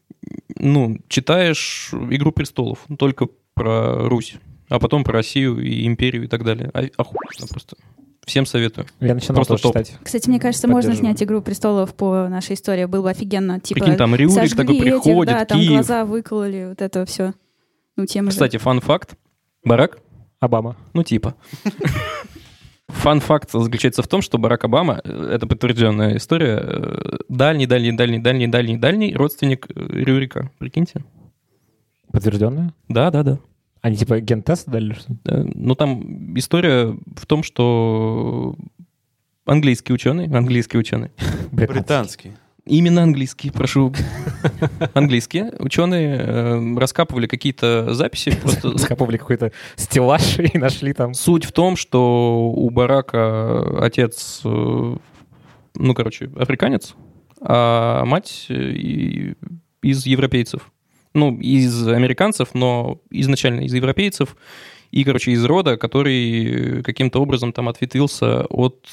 читаешь «Игру престолов», только про Русь, а потом про Россию и империю и так далее. Охуенно просто. Всем советую. Я начинал тоже читать. Кстати, мне кажется, можно снять «Игру престолов» по нашей истории. Было бы офигенно. Типа, прикинь, там Рюрик такой приходит, да, там Киев. глаза выкололи, вот это все. Тема Кстати, фан-факт. Барак? Обама. Типа. Фан-факт заключается в том, что Барак Обама, это подтвержденная история, дальний родственник Рюрика. Прикиньте. Подтвержденная? Да. Они типа ген-тест дали? Что? Ну, там история в том, что английский ученый. Британский. Именно английский, прошу. Английские ученые раскапывали какие-то записи. Раскапывали какой-то стеллаж и нашли там. Суть в том, что у Барака отец, африканец, а мать из европейцев. Из американцев, но изначально из европейцев. И, из рода, который каким-то образом там ответвился от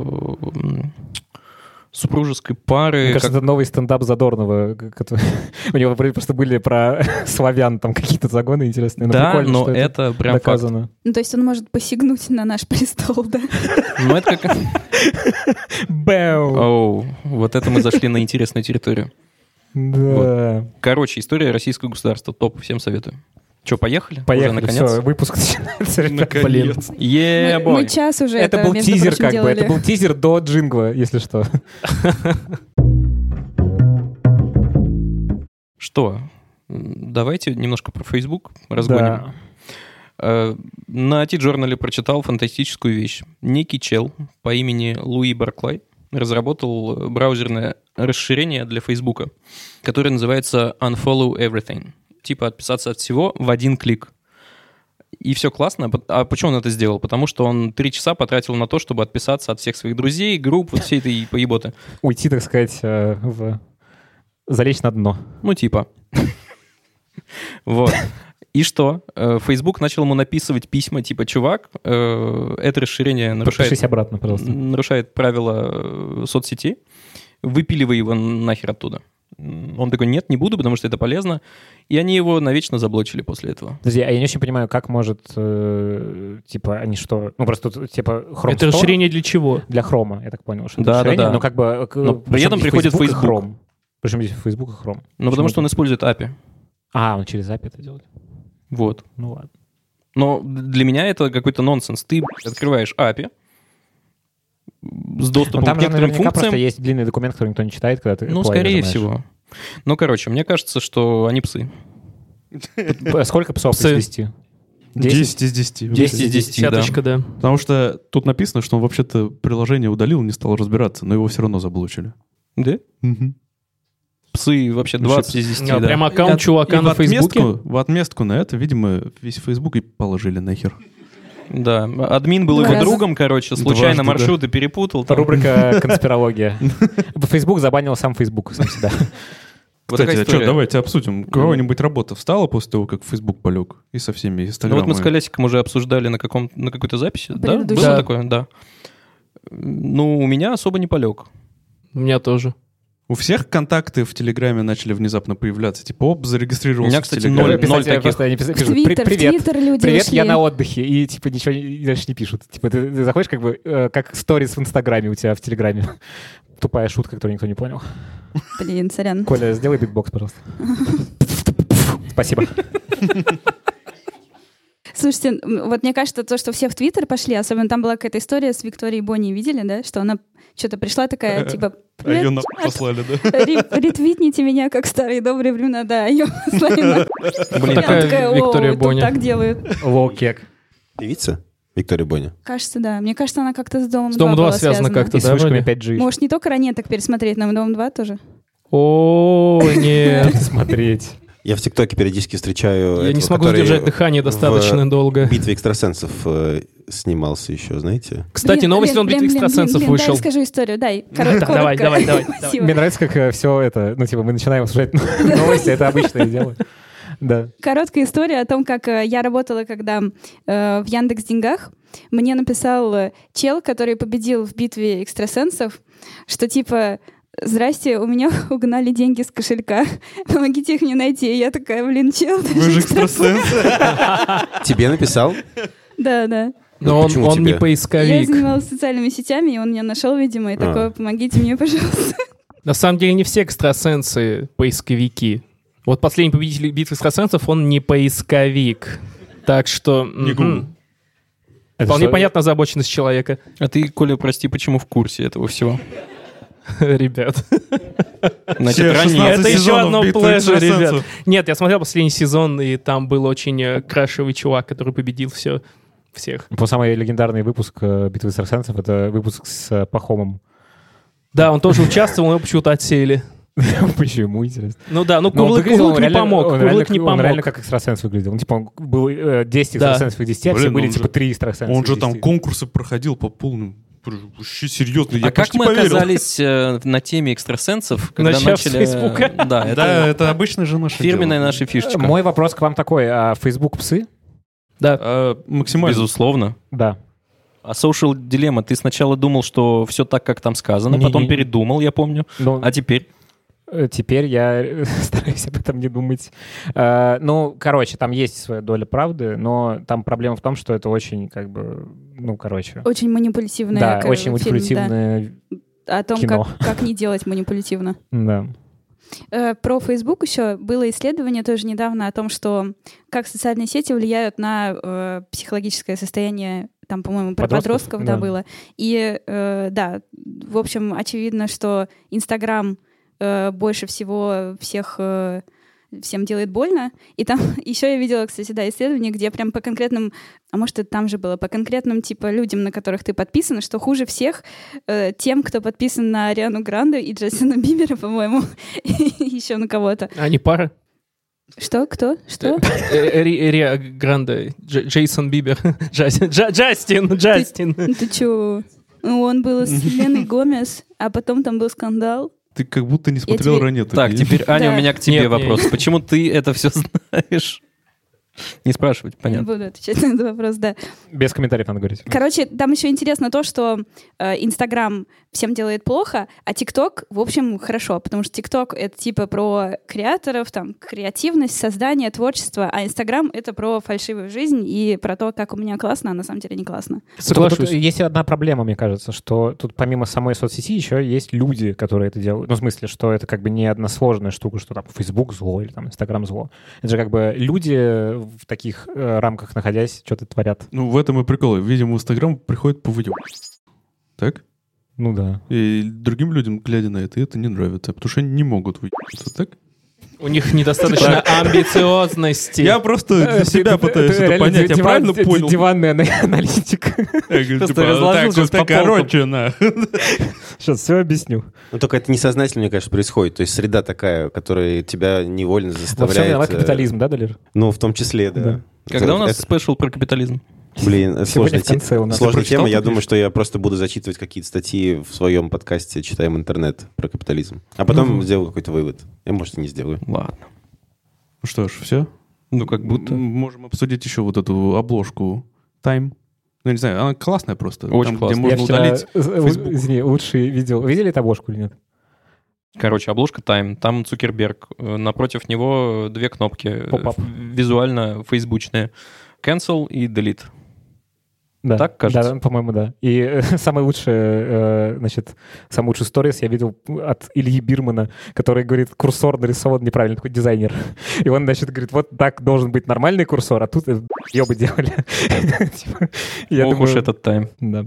супружеской пары. Мне кажется, это новый стендап Задорнова. У него просто были про славян там какие-то загоны интересные. Да, но это прям доказано. То есть он может посягнуть на наш престол, да? Ну, это как... Бэу! Вот это мы зашли на интересную территорию. Да. Короче, история российского государства. Топ, всем советую. Что, поехали? Поехали, уже, все, выпуск начинается. Наконец. Мы час уже это был тизер, делали. Это был тизер до джингла, если что. Что? Давайте немножко про Facebook разгоним. На T-Journal прочитал фантастическую вещь. Некий чел по имени Луи Барклай разработал браузерное расширение для Facebook, которое называется Unfollow Everything. Типа отписаться от всего в один клик. И все классно. А почему он это сделал? Потому что он 3 часа потратил на то, чтобы отписаться от всех своих друзей, групп, вот всей этой поеботы. Уйти, так сказать, залечь на дно. Типа. Вот. И что? Facebook начал ему написывать письма, типа, чувак, это расширение Подпишись обратно, пожалуйста. Нарушает правила соцсетей, выпиливай его нахер оттуда. Он такой, нет, не буду, потому что это полезно. И они его навечно заблочили после этого. Подожди, а я не очень понимаю, как может, они что... просто тут, Chrome Это Store расширение для чего? Для Хрома, я так понял. Что да. Но при этом приходит Facebook. Chrome. Причем здесь Facebook и Chrome? Потому что он использует API. Он через API это делает? Вот. Ну ладно. Но для меня это какой-то нонсенс. Ты открываешь API с доступом к некоторым функциям. Просто есть длинный документ, который никто не читает, когда ты... скорее всего. Ну, короче, мне кажется, что они псы. Сколько псов из 10? 10 из 10. 10 из 10, Десяточка, да. Потому что тут написано, что он вообще-то приложение удалил, не стал разбираться, но его все равно заблочили. Да? Угу. Псы вообще 20 из 10, да. Прям аккаунт чувака на Фейсбуке? В отместку на это, видимо, весь Фейсбук и положили нахер. Да, админ был его другом, короче, случайно маршруты перепутал. Рубрика «Конспирология». Фейсбук забанил сам Фейсбук, сам себя. Кстати, что, давайте обсудим. Кого-нибудь работа встала после того, как Facebook полег? И со всеми инстаграмами? Ну вот мы с Колясиком уже обсуждали на какой-то записи. Да? Было такое? Да. Ну, у меня особо не полег. У меня тоже. У всех контакты в Телеграме начали внезапно появляться. Типа, зарегистрировался. У меня, кстати, ноль таких. Привет, я на отдыхе. И типа ничего дальше не пишут. Типа ты заходишь как бы как сторис в Инстаграме у тебя в Телеграме. Тупая шутка, которую никто не понял. Блин, сорян. Коля, сделай битбокс, пожалуйста. Спасибо. Слушайте, вот мне кажется, то, что все в Твиттер пошли, особенно там была какая-то история с Викторией Бонни, видели, да? Что она что-то пришла такая, типа... А ее послали, да? Ретвитните меня, как в старые добрые времена, да, ее послали. Блин, такая Виктория Бонни. Так делают. Лоу-кек. Певица? Виктория Бонни. Кажется, да. Мне кажется, она как-то с Домом 2 С Домом 2 была связано как-то, И с вышками 5G. Может, не только ранеток пересмотреть, но и Дом 2 тоже? О, нет. Смотреть. Я в ТикТоке периодически встречаю... Я не смогу сдержать дыхание достаточно долго. В «Битве экстрасенсов» снимался еще, знаете? Кстати, новость он «Битве экстрасенсов» вышел. Дай расскажу историю, дай. Давай. Мне нравится, как все это... Ну, типа, мы начинаем обсуждать новости, это обычное дело. Да. Короткая история о том, как я работала, когда в Яндекс.Деньгах мне написал чел, который победил в битве экстрасенсов, что типа: «Здрасте, у меня угнали деньги с кошелька, помогите их мне найти». И я такая: блин, чел, ты Вы же экстрасенс. Тебе написал? Да. Но он не Я поисковик. занималась социальными сетями, и он меня нашел, видимо, и такой: помогите мне, пожалуйста. На самом деле не все экстрасенсы поисковики. Вот последний победитель битвы экстрасенсов, он не поисковик. Так что... Не Google. Вполне понятна озабоченность человека. А ты, Коля, прости, почему в курсе этого всего? Ребят. Значит, Это еще одно плэжер, ребят. Нет, я смотрел последний сезон, и там был очень крашевый чувак, который победил всех. Самый легендарный выпуск «Битвы экстрасенсов» — это выпуск с Пахомом. Да, он тоже участвовал, но его почему-то отсеяли. Почему, интересно? Ну да, Курлык не помог. Он реально как экстрасенс выглядел. Типа он был 10 экстрасенсов из 10, а все были типа 3 экстрасенса. Он же там конкурсы проходил по полным. Вообще серьезно. А как мы оказались на теме экстрасенсов, когда начав начали... с Фейсбука? Да, это обычно же наша фирменная наша фишечка. Мой вопрос к вам такой: а Facebook псы? Да. Максимально. Безусловно. Да. А Social Dilemma, ты сначала думал, что все так, как там сказано, потом передумал, я помню. А теперь? Теперь я стараюсь об этом не думать. Ну, короче, там есть своя доля правды, но там проблема в том, что это очень, как бы, ну, короче... Очень манипулятивное Да, очень манипулятивное о том, кино. как не делать манипулятивно. Да. Про Facebook еще было исследование тоже недавно о том, что как социальные сети влияют на психологическое состояние, там, по-моему, про подростков да, было. И да, в общем, очевидно, что Инстаграм больше всего всем делает больно. И там еще я видела, кстати, да, исследование, где прям по конкретным, а может, это там же было, по конкретным, типа, людям, на которых ты подписан, что хуже всех тем, кто подписан на Ариану Гранде и Джастина Бибера, по-моему, и еще на кого-то. Они пара? Что? Кто? Что? Ариана Гранде, Джейсон Бибер, Джастин. Ты чё? Он был с Селеной Гомес, а потом там был скандал. Ты как будто не смотрел «Ранеток». Так, теперь, Аня, у меня к тебе вопрос. Почему ты это все знаешь? Не спрашивать, понятно. Не буду отвечать на этот вопрос, да. Без комментариев надо говорить. Короче, там еще интересно то, что Инстаграм всем делает плохо, а ТикТок, в общем, хорошо, потому что ТикТок — это типа про креаторов, там, креативность, создание, творчество, а Инстаграм — это про фальшивую жизнь и про то, как у меня классно, а на самом деле не классно. Соглашусь. Тут есть одна проблема, мне кажется, что тут помимо самой соцсети еще есть люди, которые это делают. Ну, в смысле, что это как бы не односложная штука, что там Facebook зло или там Инстаграм зло. Это же как бы люди в таких рамках находясь, что-то творят. Ну, в этом и прикол. Видимо, в Инстаграм приходит по видео. Так? Ну да. И другим людям, глядя на это не нравится, потому что они не могут выебаться, так? У них недостаточно амбициозности. Я просто для себя пытаюсь это понять. Я правильно понял? Диванный аналитик. Просто разложил сейчас по короче, на. Сейчас все объясню. Ну, только это несознательно, мне кажется, происходит. То есть среда такая, которая тебя невольно заставляет... Во всем виноват капитализм, да, Далер? Ну, в том числе, да. Когда у нас спешл про капитализм? Блин, сложная тема. Я ты думаю, что я просто буду зачитывать какие-то статьи в своем подкасте «Читаем интернет» про капитализм. А потом сделаю какой-то вывод. Я, может, и не сделаю. Ладно. Ну что ж, все? Ну, как будто. Можем обсудить еще вот эту обложку Time. Ну, не знаю, она классная просто. Очень классная. Где можно удалить Facebook. Извини, лучший видел. Видели эту обложку или нет? Короче, обложка Time. Там Цукерберг. Напротив него две кнопки. Pop-up. Визуально фейсбучные. Cancel и Delete. Да. Так, кажется? Да, по-моему, да. И самый лучший сторис я видел от Ильи Бирмана, который говорит, курсор нарисован неправильно, такой дизайнер. И он, говорит, вот так должен быть нормальный курсор, а тут ёбы делали. Ох уж этот Time. Да.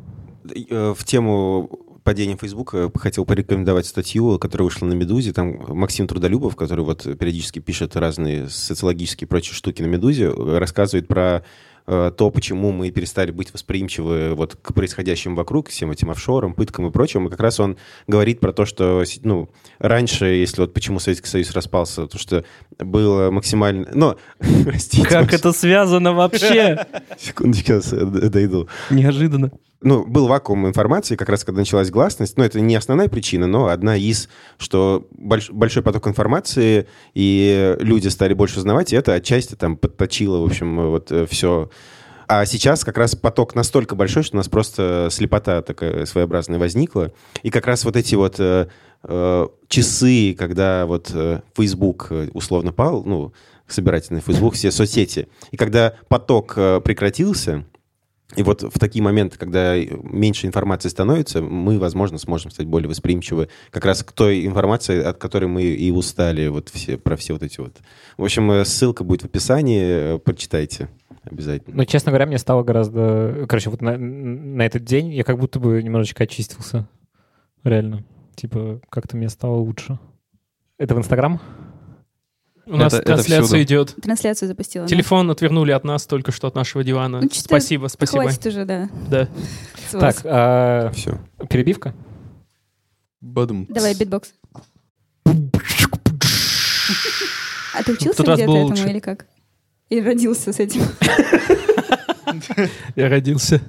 В тему падения Фейсбука хотел порекомендовать статью, которая вышла на «Медузе». Там Максим Трудолюбов, который вот периодически пишет разные социологические и прочие штуки на «Медузе», рассказывает про то, почему мы перестали быть восприимчивы вот к происходящим вокруг, всем этим офшорам, пыткам и прочему. И как раз он говорит про то, что раньше, если вот почему Советский Союз распался, то что было максимально... простите. Как это связано вообще? Секундочку, сейчас дойду. Неожиданно. Был вакуум информации, как раз когда началась гласность. Это не основная причина, но одна из, что большой поток информации, и люди стали больше узнавать, и это отчасти там подточило, в общем, вот все. А сейчас как раз поток настолько большой, что у нас просто слепота такая своеобразная возникла. И как раз вот эти вот часы, когда вот Facebook условно пал, собирательный Facebook, все соцсети, и когда поток прекратился, и вот в такие моменты, когда меньше информации становится, мы, возможно, сможем стать более восприимчивы как раз к той информации, от которой мы и устали про все вот эти вот. В общем, ссылка будет в описании, прочитайте обязательно. Честно говоря, мне стало гораздо... Короче, вот на этот день я как будто бы немножечко очистился. Реально. Как-то мне стало лучше. Это в Инстаграм? У нас трансляция идет. Трансляцию запустила. Телефон отвернули от нас только что от нашего дивана. Спасибо. Хватит уже, да. Да. Так, все. Перебивка? Давай битбокс. А ты учился где-то этому или как? Или родился с этим? Я родился.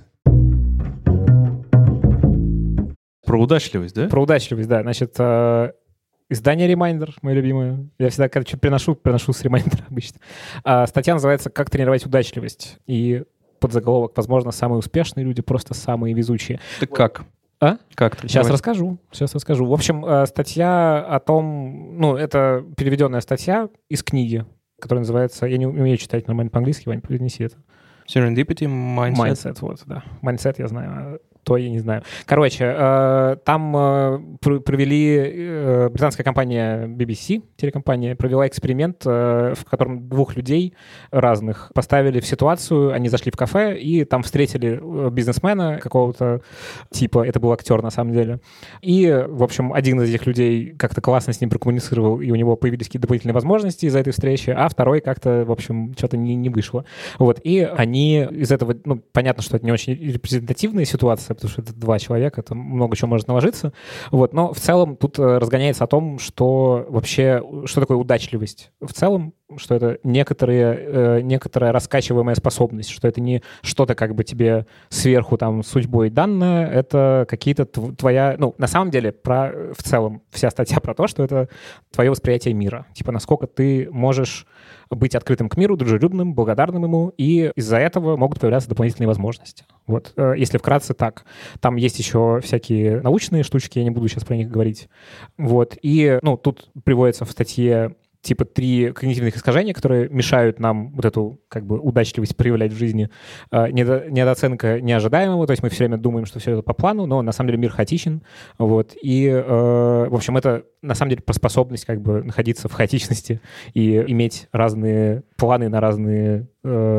Про удачливость, да? Про удачливость, да. Значит, издание Reminder, мое любимое. Я всегда, когда что-то приношу с Reminder обычно. Статья называется «Как тренировать удачливость». И подзаголовок, возможно, самые успешные люди, просто самые везучие. Так как? А? Как тренировать? Сейчас расскажу. В общем, статья о том... это переведенная статья из книги, которая называется... Я не умею читать нормально по-английски, Вань, перенеси это. Serendipity, Mindset. Mindset, вот, да. Mindset я знаю, то я не знаю. Короче, там провели... британская компания BBC, телекомпания, провела эксперимент, в котором двух людей разных поставили в ситуацию, они зашли в кафе, и там встретили бизнесмена какого-то типа, это был актер на самом деле. И, в общем, один из этих людей как-то классно с ним прокоммуницировал, и у него появились какие-то дополнительные возможности из-за этой встречи, а второй как-то, в общем, что-то не вышло. Вот, и они из этого, понятно, что это не очень репрезентативная ситуация, потому что это два человека, там много чего может наложиться. Вот, но в целом тут разгоняется о том, что вообще, что такое удачливость. В целом, что это некоторая раскачиваемая способность, что это не что-то как бы тебе сверху там судьбой данное, это какие-то твоя... на самом деле, в целом вся статья про то, что это твое восприятие мира. Насколько ты можешь быть открытым к миру, дружелюбным, благодарным ему, и из-за этого могут появляться дополнительные возможности. Вот, если вкратце так. Там есть еще всякие научные штучки, я не буду сейчас про них говорить. Вот, и, тут приводится в статье 3 когнитивных искажения, которые мешают нам вот эту как бы удачливость проявлять в жизни. Недооценка неожидаемого, то есть мы все время думаем, что все это по плану, но на самом деле мир хаотичен. Вот. И, в общем, это на самом деле про способность как бы находиться в хаотичности и иметь разные планы на разные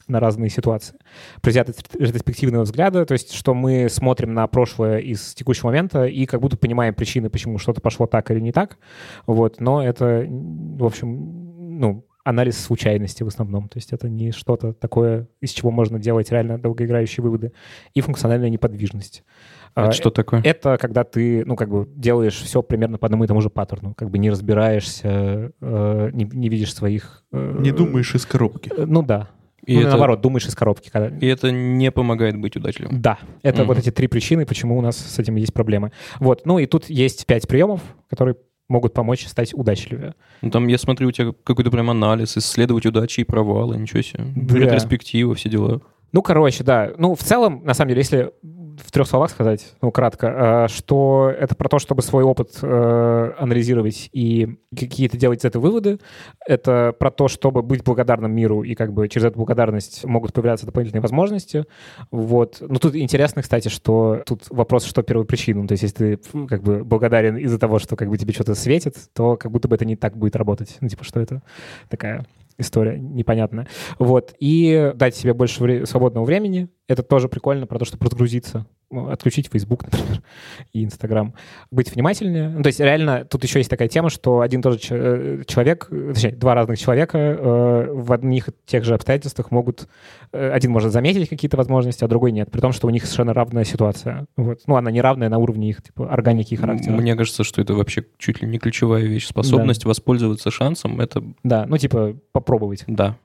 на разные ситуации. Предвзят ретроспективного взгляда, то есть что мы смотрим на прошлое из текущего момента и как будто понимаем причины, почему что-то пошло так или не так. Вот. Но это, в общем, анализ случайности в основном. То есть это не что-то такое, из чего можно делать реально долгоиграющие выводы. И функциональная неподвижность. Это что такое? Это когда ты, делаешь все примерно по одному и тому же паттерну. Не разбираешься, не видишь своих... Не думаешь из коробки. Да. И наоборот, думаешь из коробки. И это не помогает быть удачливым. Да. Это вот эти 3 причины, почему у нас с этим есть проблемы. Вот. И тут есть 5 приемов, которые могут помочь стать удачливее. Там, я смотрю, у тебя какой-то прям анализ, исследовать удачи и провалы, ничего себе. Да. Ретроспектива, все дела. Да. В целом, на самом деле, если в 3 словах сказать, кратко, что это про то, чтобы свой опыт анализировать и какие-то делать из этого выводы. Это про то, чтобы быть благодарным миру, и через эту благодарность могут появляться дополнительные возможности. Вот. Тут интересно, кстати, что тут вопрос, что первопричина. То есть если ты благодарен из-за того, что тебе что-то светит, то как будто бы это не так будет работать. Что это такая история непонятная. Вот. И дать себе больше свободного времени. Это тоже прикольно про то, чтобы разгрузиться. Отключить Facebook, например, и Instagram. Быть внимательнее. То есть реально тут еще есть такая тема, что один и тот же человек, точнее, 2 разных человека в одних и тех же обстоятельствах могут... Один может заметить какие-то возможности, а другой нет. При том, что у них совершенно равная ситуация. Вот. Она не равная на уровне их органики и характера. Мне кажется, что это вообще чуть ли не ключевая вещь. Способность воспользоваться шансом — это... Да, попробовать. Да.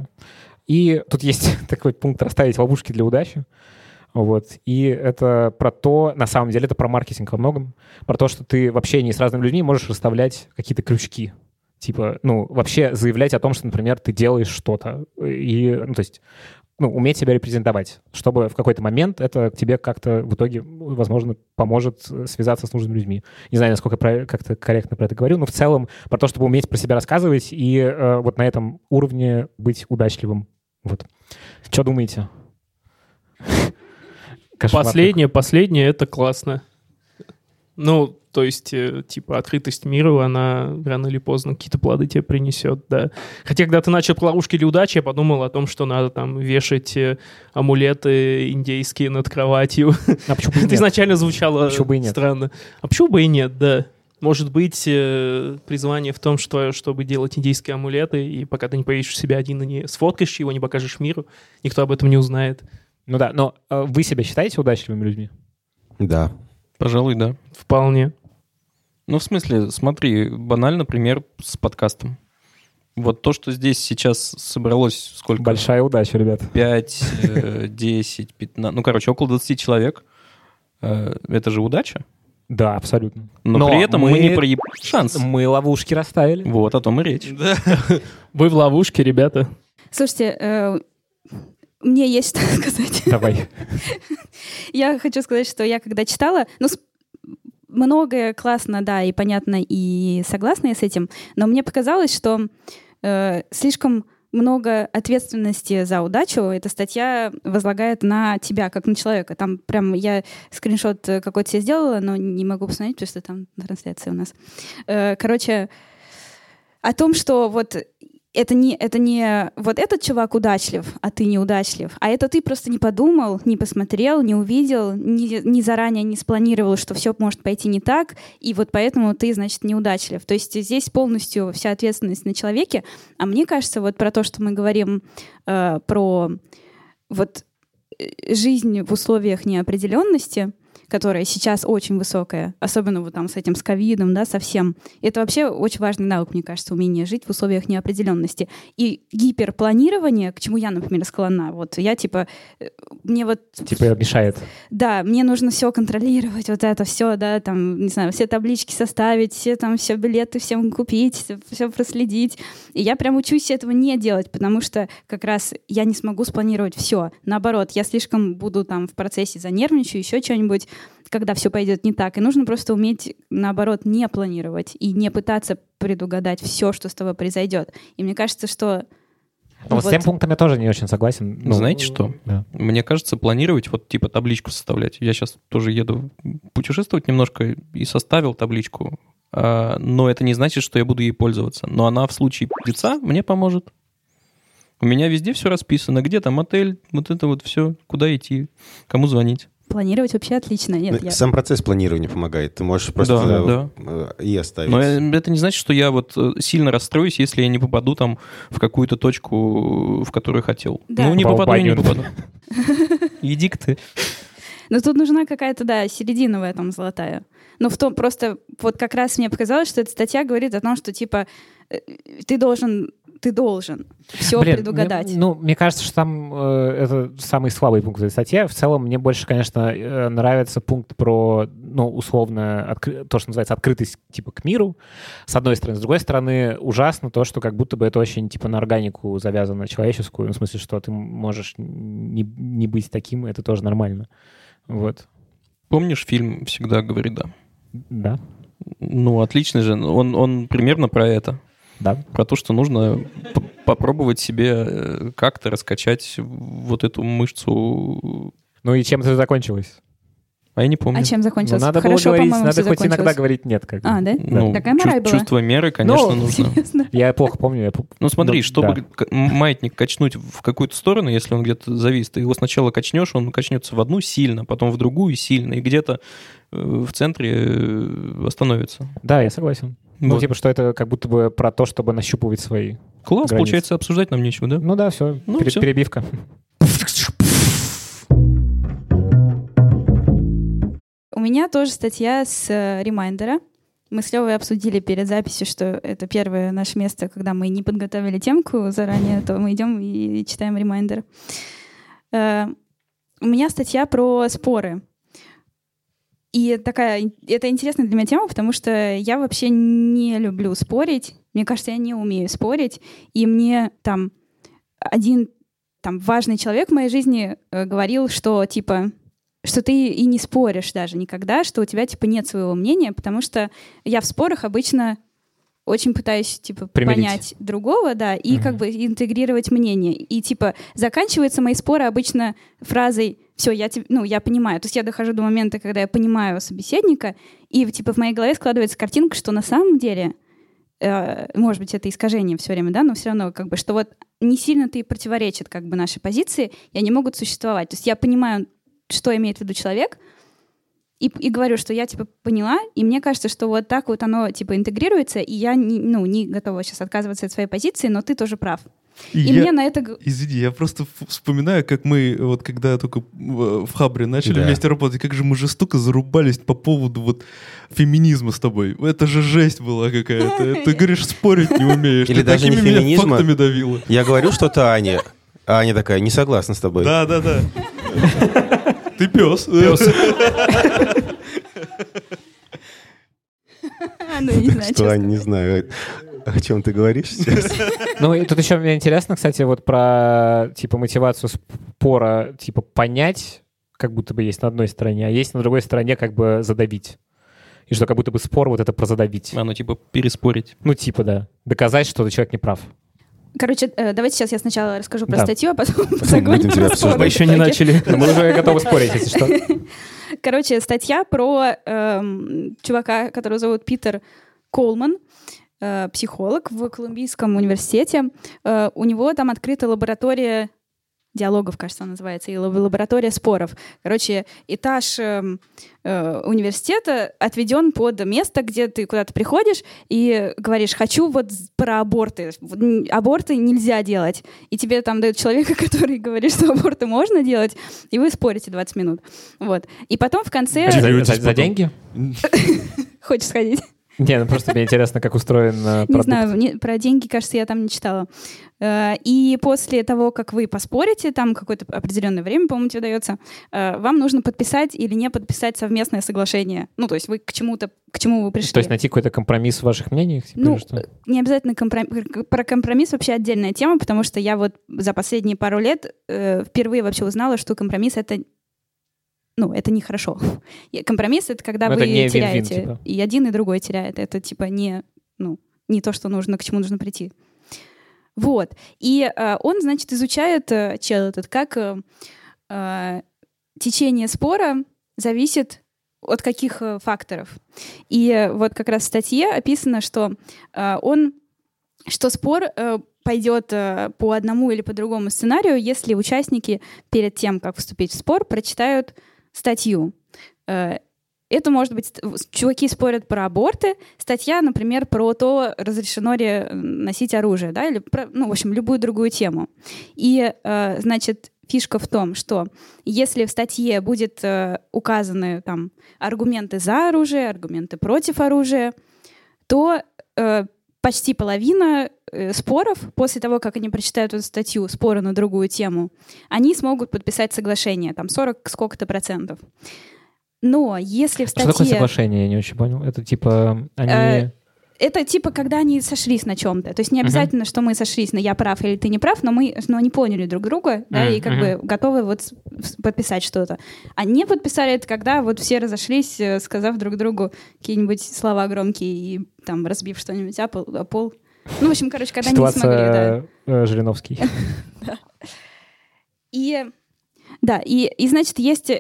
И тут есть такой пункт «расставить ловушки для удачи». Вот. И это про то, на самом деле, это про маркетинг во многом, про то, что ты в общении с разными людьми можешь расставлять какие-то крючки. Вообще заявлять о том, что, например, ты делаешь что-то. И, уметь себя репрезентовать, чтобы в какой-то момент это тебе как-то в итоге, возможно, поможет связаться с нужными людьми. Не знаю, насколько как-то корректно про это говорю, но в целом про то, чтобы уметь про себя рассказывать и вот на этом уровне быть удачливым. Вот. Что думаете? Последнее — это классно. То есть, открытость миру, она рано или поздно какие-то плоды тебе принесет, да. Хотя, когда ты начал про ловушки или удачи, я подумал о том, что надо там вешать амулеты индейские над кроватью. А почему бы и нет? Это изначально звучало странно. А почему бы и нет, да. Может быть, призвание в том, чтобы делать индейские амулеты, и пока ты не повесишь себя один и не сфоткаешь его, не покажешь миру, никто об этом не узнает. Но вы себя считаете удачливыми людьми? Да. Пожалуй, да. Вполне. В смысле, смотри, банально пример с подкастом. Вот то, что здесь сейчас собралось сколько? Большая удача, ребят. 5, 10, 15, около 20 человек. Это же удача? Да, абсолютно. Но при этом мы не проебали шанс. Мы ловушки расставили. Вот о том и речь. Вы в ловушке, ребята. Слушайте, мне есть что сказать. Давай. Я хочу сказать, что я когда читала, многое классно, да, и понятно, и согласна я с этим, но мне показалось, что слишком много ответственности за удачу эта статья возлагает на тебя, как на человека. Там прям я скриншот какой-то себе сделала, но не могу посмотреть, потому что там трансляция у нас. Короче, о том, что вот это не вот этот чувак удачлив, а ты неудачлив, а это ты просто не подумал, не посмотрел, не увидел, не заранее не спланировал, что все может пойти не так, и вот поэтому ты, значит, неудачлив. То есть здесь полностью вся ответственность на человеке. А мне кажется, вот про то, что мы говорим про вот жизнь в условиях неопределенности, которая сейчас очень высокая, особенно вот там с этим, с ковидом, да, совсем. Это вообще очень важный навык, мне кажется, умение жить в условиях неопределенности. И гиперпланирование, к чему я, например, склонна, вот я мне вот... мешает. Да, мне нужно все контролировать, вот это все, да, там, не знаю, все таблички составить, все билеты всем купить, все проследить. И я прям учусь этого не делать, потому что как раз я не смогу спланировать все. Наоборот, я слишком буду там в процессе занервничаю, еще что-нибудь, когда все пойдет не так. И нужно просто уметь, наоборот, не планировать и не пытаться предугадать все, что с тобой произойдет. И мне кажется, что... с тем пунктом я тоже не очень согласен. Знаете что? Да. Мне кажется, планировать, вот типа табличку составлять. Я сейчас тоже еду путешествовать немножко и составил табличку. Но это не значит, что я буду ей пользоваться. Но она в случае пи***ца мне поможет. У меня везде все расписано. Где там отель, вот это вот все, куда идти, кому звонить. Планировать вообще отлично. Нет, Сам процесс планирования помогает. Ты можешь просто и оставить. Но это не значит, что я вот сильно расстроюсь, если я не попаду там в какую-то точку, в которую хотел. Да. Ну, не попаду и не попаду. Иди-ка ты. Но тут нужна какая-то, да, середина в этом золотая. Но в том просто, вот как раз мне показалось, что эта статья говорит о том, что, типа, ты должен все предугадать. Мне кажется, что там это самый слабый пункт этой статьи. В целом, мне больше, конечно, нравится пункт про, условно, то, что называется открытость, типа, к миру, с одной стороны. С другой стороны, ужасно то, что как будто бы это очень, типа, на органику завязано человеческую, в смысле, что ты можешь не быть таким, это тоже нормально. Вот. Помнишь фильм «Всегда говори да»? Да. Ну, отличный же. Он примерно про это. Да. Про то, что нужно попробовать себе как-то раскачать вот эту мышцу. Ну и чем это закончилось? А я не помню. А чем закончилось? Надо Хорошо, было говорить, по-моему, надо хоть иногда говорить «нет». Как бы. А, да? Ну, такая мораль была. Чувство меры, конечно, нужно. Серьезно? Я плохо помню. Ну смотри, чтобы маятник качнуть в какую-то сторону, если он где-то завис, ты его сначала качнешь, он качнется в одну сильно, потом в другую сильно, и где-то в центре остановится. Да, я согласен. Вот. Ну, типа, что это как будто бы про то, чтобы нащупывать свои Класс, границы. получается, обсуждать нам нечего, да? Ну да, все. Всё. Перебивка. У меня тоже статья с ремайндера. Мы с Левой обсудили перед записью, что это первое наше место, когда мы не подготовили темку заранее, то мы идем и читаем ремайндер. У меня статья про споры. И это интересная для меня тема, потому что я вообще не люблю спорить. Мне кажется, я не умею спорить. И мне один важный человек в моей жизни говорил, что типа, что ты и не споришь даже никогда, что у тебя типа нет своего мнения, потому что я в спорах обычно очень пытаюсь типа понять другого, да, и как бы интегрировать мнение. И типа заканчиваются мои споры обычно фразой «все, я понимаю». То есть я дохожу до момента, когда я понимаю собеседника, и типа в моей голове складывается картинка, что на самом деле, может быть, это искажение все время, да, но все равно как бы, что вот не сильно-то и противоречат как бы нашей позиции, и они могут существовать. То есть я понимаю, что имеет в виду человек, и говорю, что я, типа, поняла, и мне кажется, что вот так вот оно, типа, интегрируется, и я не готова сейчас отказываться от своей позиции, но ты тоже прав. И мне на это... Извини, я просто вспоминаю, как мы, вот когда только в Хабре начали вместе работать, как же мы жестоко зарубались по поводу вот феминизма с тобой. Это же жесть была какая-то. Ты говоришь, спорить не умеешь. Или ты даже не такими меня феминизма. фактами давила. Я говорю что-то Ане, а Аня такая, не согласна с тобой. Да. Ты пес. Что, Ань, не знаю, о чем ты говоришь сейчас. Ну, и тут еще мне интересно, кстати, вот про, типа, мотивацию спора, типа, понять, как будто бы есть на одной стороне, а есть на другой стороне, как бы, задавить. И что как будто бы спор вот это про задавить. Ну, типа, переспорить. Ну, типа, да. Доказать, что человек не прав. Короче, давайте сейчас я сначала расскажу про статью, а потом будем заговорим тебя про споры. Мы еще не начали. Мы уже готовы спорить, если что. Короче, статья про чувака, которого зовут Питер Колман, психолог в Колумбийском университете. У него там открыта лаборатория диалогов, кажется, она называется, и лаборатория споров. Короче, этаж университета отведен под место, где ты куда-то приходишь и говоришь, хочу вот про аборты. Аборты нельзя делать. И тебе там дают человека, который говорит, что аборты можно делать, и вы спорите 20 минут. Вот. И потом в конце... За деньги? Хочешь сходить? Не, ну просто мне интересно, как устроен продукт. Не знаю, про деньги, кажется, я там не читала. И после того, как вы поспорите, там какое-то определенное время, по-моему, тебе дается, вам нужно подписать или не подписать совместное соглашение. Ну, то есть вы к чему вы пришли. То есть найти какой-то компромисс в ваших мнениях? Типа, ну, не обязательно про компромисс вообще отдельная тема, потому что я вот за последние пару лет впервые вообще узнала, что компромисс — это это нехорошо. Компромисс — это когда вы теряете. Типа. И один, и другой теряет. Это типа не то, что нужно, к чему нужно прийти. Вот. И он, значит, изучает, чел этот, как течение спора зависит от каких факторов. И вот как раз в статье описано, что он что спор пойдет по одному или по другому сценарию, если участники перед тем, как вступить в спор, прочитают статью. Это может быть, чуваки спорят про аборты, статья, например, про то, разрешено ли носить оружие, да, или про, в общем, любую другую тему. И, значит, фишка в том, что если в статье будет указаны там аргументы за оружие, аргументы против оружия, то почти половина споров, после того, как они прочитают эту статью, споры на другую тему, они смогут подписать соглашение, там 40 сколько-то процентов. Но если в статье... Что такое соглашение? Я не очень понял. Это типа они... Это типа, когда они сошлись на чем-то. То есть не обязательно, что мы сошлись на «я прав» или «ты не прав», но они поняли друг друга, да, и как бы готовы вот подписать что-то. А не подписали это, когда вот все разошлись, сказав друг другу какие-нибудь слова громкие и там разбив что-нибудь о пол. Ну, в общем, короче, когда они не смогли, да. Ситуация Жириновский. Да, и значит,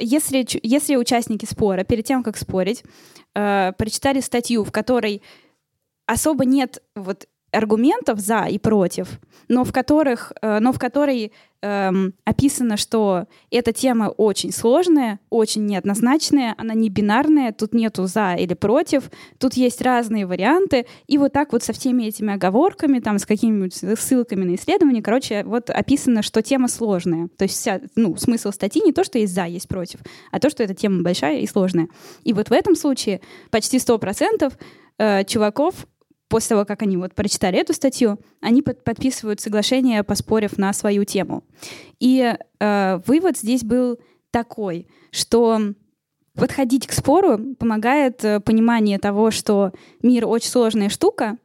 если участники спора перед тем, как спорить, прочитали статью, в которой особо нет вот аргументов за и против, но в которой описано, что эта тема очень сложная, очень неоднозначная, она не бинарная, тут нету за или против, тут есть разные варианты, и вот так вот со всеми этими оговорками, там, с какими-нибудь ссылками на исследования, короче, вот описано, что тема сложная. То есть смысл статьи не то, что есть за, есть против, а то, что эта тема большая и сложная. И вот в этом случае почти 100% чуваков после того, как они вот прочитали эту статью, они подписывают соглашение, поспорив на свою тему. И вывод здесь был такой, что подходить к спору помогает понимание того, что мир очень сложная штука,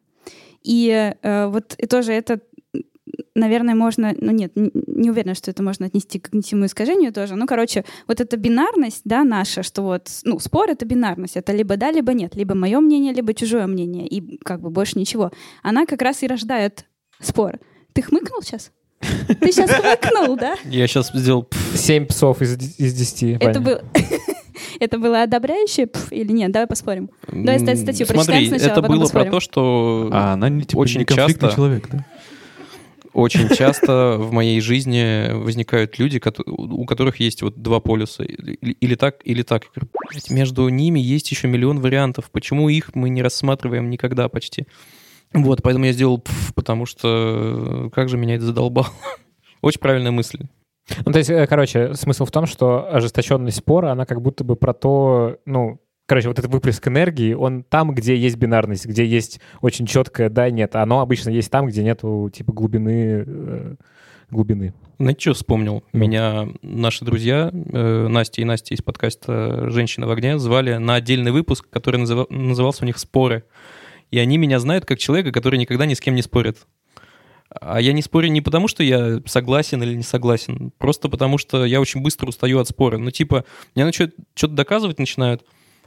и вот и тоже это, наверное, можно... не уверена, что это можно отнести к когнитивному искажению тоже. Короче, вот эта бинарность, да, наша, что вот, спор — это бинарность. Это либо да, либо нет. Либо мое мнение, либо чужое мнение. И как бы больше ничего. Она как раз и рождает спор. Ты хмыкнул сейчас? Ты сейчас хмыкнул, да? Я сейчас сделал 7 псов из 10. Это было одобряющее или нет? Давай поспорим. Давай статью прочитаем сначала, это потом было поспорим. про то, что она очень часто человек, да? Очень часто в моей жизни возникают люди, у которых есть вот два полюса. Или так, или так. Между ними есть еще миллион вариантов. Почему их мы не рассматриваем никогда почти? Вот, поэтому я сделал потому что как же меня это задолбало. Очень правильная мысль. То есть, короче, смысл в том, что ожесточенность спора, она как будто бы про то, вот этот выплеск энергии, он там, где есть бинарность, где есть очень четкое «да», «нет». Оно обычно есть там, где нету, типа, глубины. Знаете, что вспомнил? Меня наши друзья, Настя и Настя из подкаста «Женщина в огне», звали на отдельный выпуск, который назывался у них «Споры». И они меня знают как человека, который никогда ни с кем не спорит. А я не спорю не потому, что я согласен или не согласен, просто потому, что я очень быстро устаю от спора. Мне начинают что-то доказывать начинают,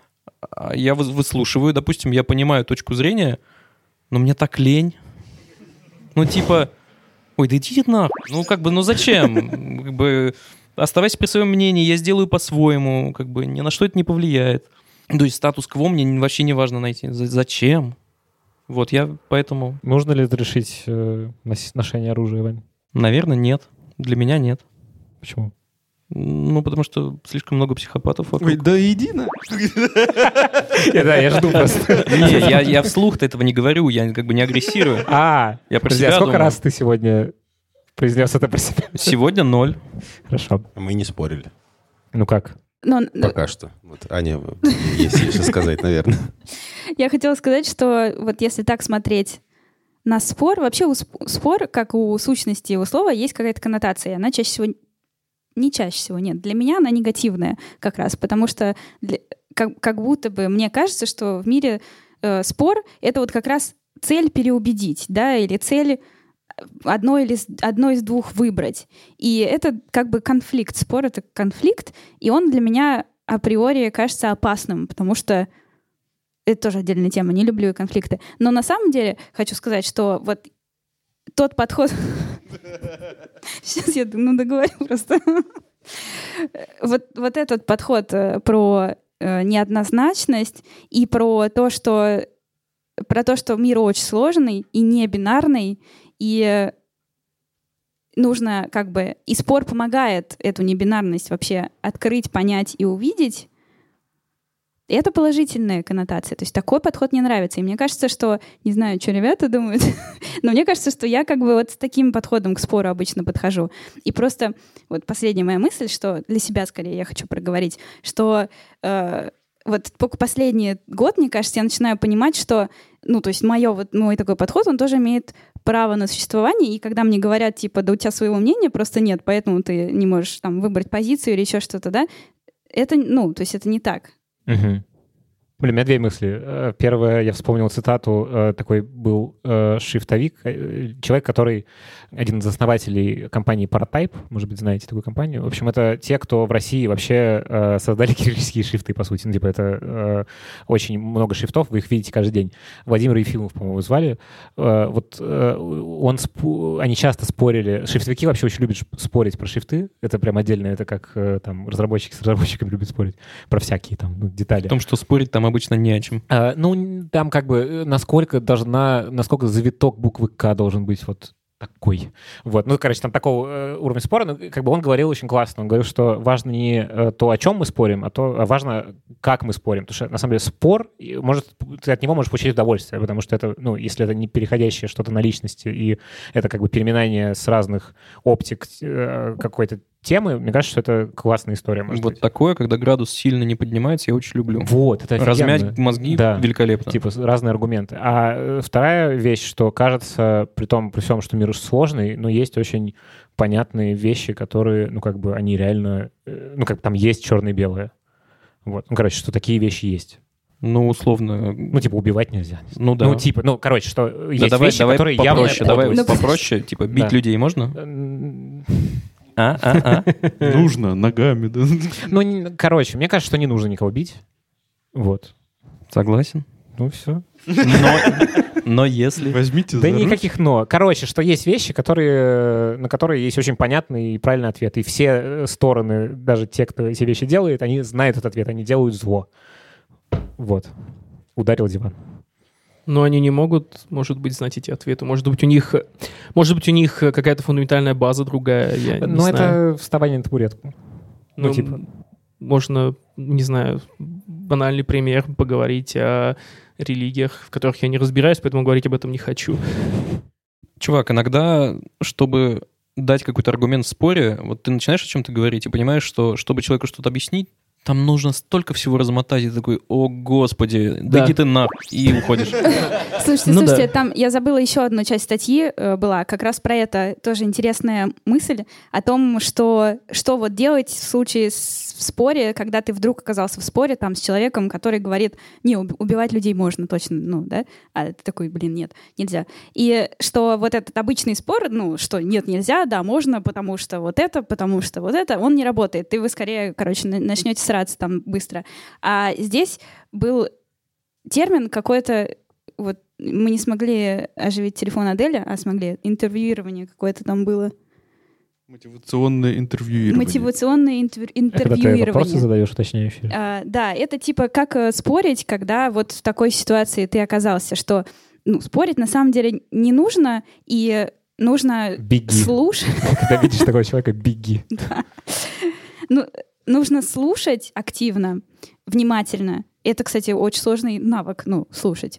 я выслушиваю, допустим, я понимаю точку зрения, но мне так лень. Ой, да иди нахуй. Зачем? Оставайся при своем мнении, я сделаю по-своему, ни на что это не повлияет. То есть статус-кво мне вообще не важно найти. Зачем? Вот, я поэтому... Нужно ли разрешить ношение оружия, Вань? Наверное, нет. Для меня нет. Почему? Потому что слишком много психопатов вокруг. Ой, да иди на. Да, я жду просто. Не, я вслух-то этого не говорю, я не агрессирую. Я про себя думаю. Сколько раз ты сегодня произнес это про себя? Сегодня 0. Хорошо. Мы не спорили. Ну как? Пока что. Вот, Аня, есть еще сказать, наверное. Я хотела сказать, что вот если так смотреть на спор, вообще у спор, как у сущности у слова, есть какая-то коннотация. Она чаще всего... Не чаще всего, нет. Для меня она негативная как раз, потому что как будто бы мне кажется, что в мире спор — это вот как раз цель переубедить, да, или цель одно из двух выбрать. И это как бы конфликт. Спор — это конфликт, и он для меня априори кажется опасным, потому что это тоже отдельная тема, не люблю конфликты. Но на самом деле хочу сказать, что вот тот подход... Сейчас я договорю просто. Вот этот подход про неоднозначность и про то, что про то, что мир очень сложный и не бинарный, и нужно как бы... И спор помогает эту небинарность вообще открыть, понять и увидеть. И это положительная коннотация. То есть такой подход мне нравится. И мне кажется, что... Не знаю, что ребята думают, но мне кажется, что я как бы вот с таким подходом к спору обычно подхожу. И просто вот последняя моя мысль, что для себя скорее я хочу проговорить, что вот только последний год, мне кажется, я начинаю понимать, что, ну, то есть мой такой подход, он тоже имеет право на существование, и когда мне говорят, типа, да у тебя своего мнения просто нет, поэтому ты не можешь там выбрать позицию или еще что-то, да, это, ну, то есть это не так. Угу. Блин, у меня две мысли. Первая, я вспомнил цитату, такой был шрифтовик, человек, который один из основателей компании Paratype, может быть, знаете такую компанию. В общем, это те, кто в России вообще создали кириллические шрифты, по сути. Ну, типа, это очень много шрифтов, вы их видите каждый день. Владимир Ефимов, по-моему, звали. Вот они часто спорили. Шрифтовики вообще очень любят спорить про шрифты. Это прям отдельно, это как там разработчики с разработчиками любят спорить про всякие там детали. В том, что спорить там обычно не о чем. Ну, там как бы насколько завиток буквы «К» должен быть вот такой. Вот. Ну, короче, там такого уровня спора, но как бы он говорил очень классно. Он говорил, что важно не то, о чем мы спорим, а важно, как мы спорим. Потому что, на самом деле, спор, ты от него можешь получить удовольствие, потому что это, ну, если это не переходящее что-то на личности, и это как бы переминание с разных оптик какой-то темы, мне кажется, что это классная история. Может вот быть. Такое, когда градус сильно не поднимается, я очень люблю. Вот, это офигенно. Размять мозги великолепно. Типа разные аргументы. А вторая вещь, что кажется, при всем, что мир сложный, но есть очень понятные вещи, которые, ну, как бы они реально, ну, как там есть черное и белое. Вот. Ну, короче, что такие вещи есть. Ну, условно... Ну, типа, убивать нельзя. Ну, да. Ну, типа, ну, короче, что да, есть давай, вещи, которые явно... Давай попроще, типа, бить людей можно? Нужно, ногами, да. Ну, короче, мне кажется, что не нужно никого бить. Вот. Согласен. Ну, все. Но если... Возьмите да никаких «но». Короче, что есть вещи, на которые есть очень понятный и правильный ответ. И все стороны, даже те, кто эти вещи делает, они знают этот ответ, они делают зло. Вот. Ударил диван. Но они не могут, может быть, знать эти ответы. Может быть, у них какая-то фундаментальная база другая. Я не знаю. Это вставание на табуретку. Ну, типа. Можно, не знаю, банальный пример, поговорить о религиях, в которых я не разбираюсь, поэтому говорить об этом не хочу. Чувак, иногда, чтобы дать какой-то аргумент в споре, вот ты начинаешь о чем-то говорить и понимаешь, что чтобы человеку что-то объяснить, там нужно столько всего размотать, и ты такой, о, господи, да иди ты нахуй, и уходишь. Слушайте, там я забыла еще одну часть статьи была, как раз про это тоже интересная мысль о том, что вот делать в случае в споре, когда ты вдруг оказался в споре там с человеком, который говорит, не, убивать людей можно точно, ну, да, а ты такой, блин, нет, нельзя. И что вот этот обычный спор, ну, что нет, нельзя, да, можно, потому что вот это, он не работает. Вы скорее, короче, начнете сраться там быстро. А здесь был термин какой-то, вот мы не смогли оживить телефон Аделя, а смогли, интервьюирование какое-то там было. Мотивационное интервьюирование. Интервьюирование. Когда ты вопросы задаешь уточняющие. Да, это типа как спорить, когда вот в такой ситуации ты оказался, что спорить на самом деле не нужно, и нужно слушать. Когда видишь такого человека, беги. Ну, нужно слушать активно, внимательно. Это, кстати, очень сложный навык, слушать.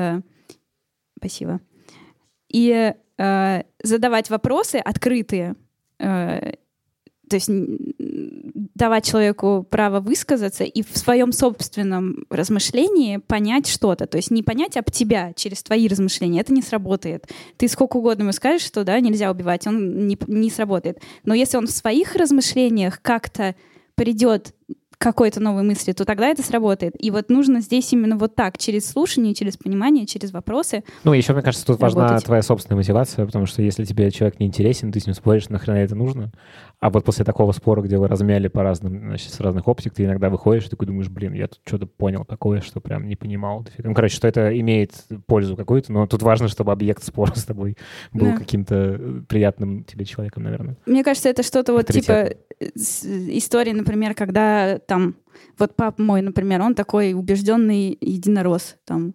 Спасибо. И задавать вопросы открытые, то есть давать человеку право высказаться и в своем собственном размышлении понять что-то. То есть не понять об тебя через твои размышления. Это не сработает. Ты сколько угодно ему скажешь, что да, нельзя убивать, он не сработает. Но если он в своих размышлениях как-то придет к какой-то новой мысли, то тогда это сработает. И вот нужно здесь именно вот так, через слушание, через понимание, через вопросы. Ну, еще, мне кажется, тут важна твоя собственная мотивация, потому что если тебе человек не интересен, ты с ним споришь, нахрена это нужно. А вот после такого спора, где вы размяли по разным, значит, с разных оптик, ты иногда выходишь и такой думаешь, блин, я тут что-то понял такое, что прям не понимал. Ну, короче, что это имеет пользу какую-то, но тут важно, чтобы объект спора с тобой был каким-то приятным тебе человеком, наверное. Мне кажется, это что-то вот типа истории, например, когда там, вот папа мой, например, он такой убежденный единорос, там,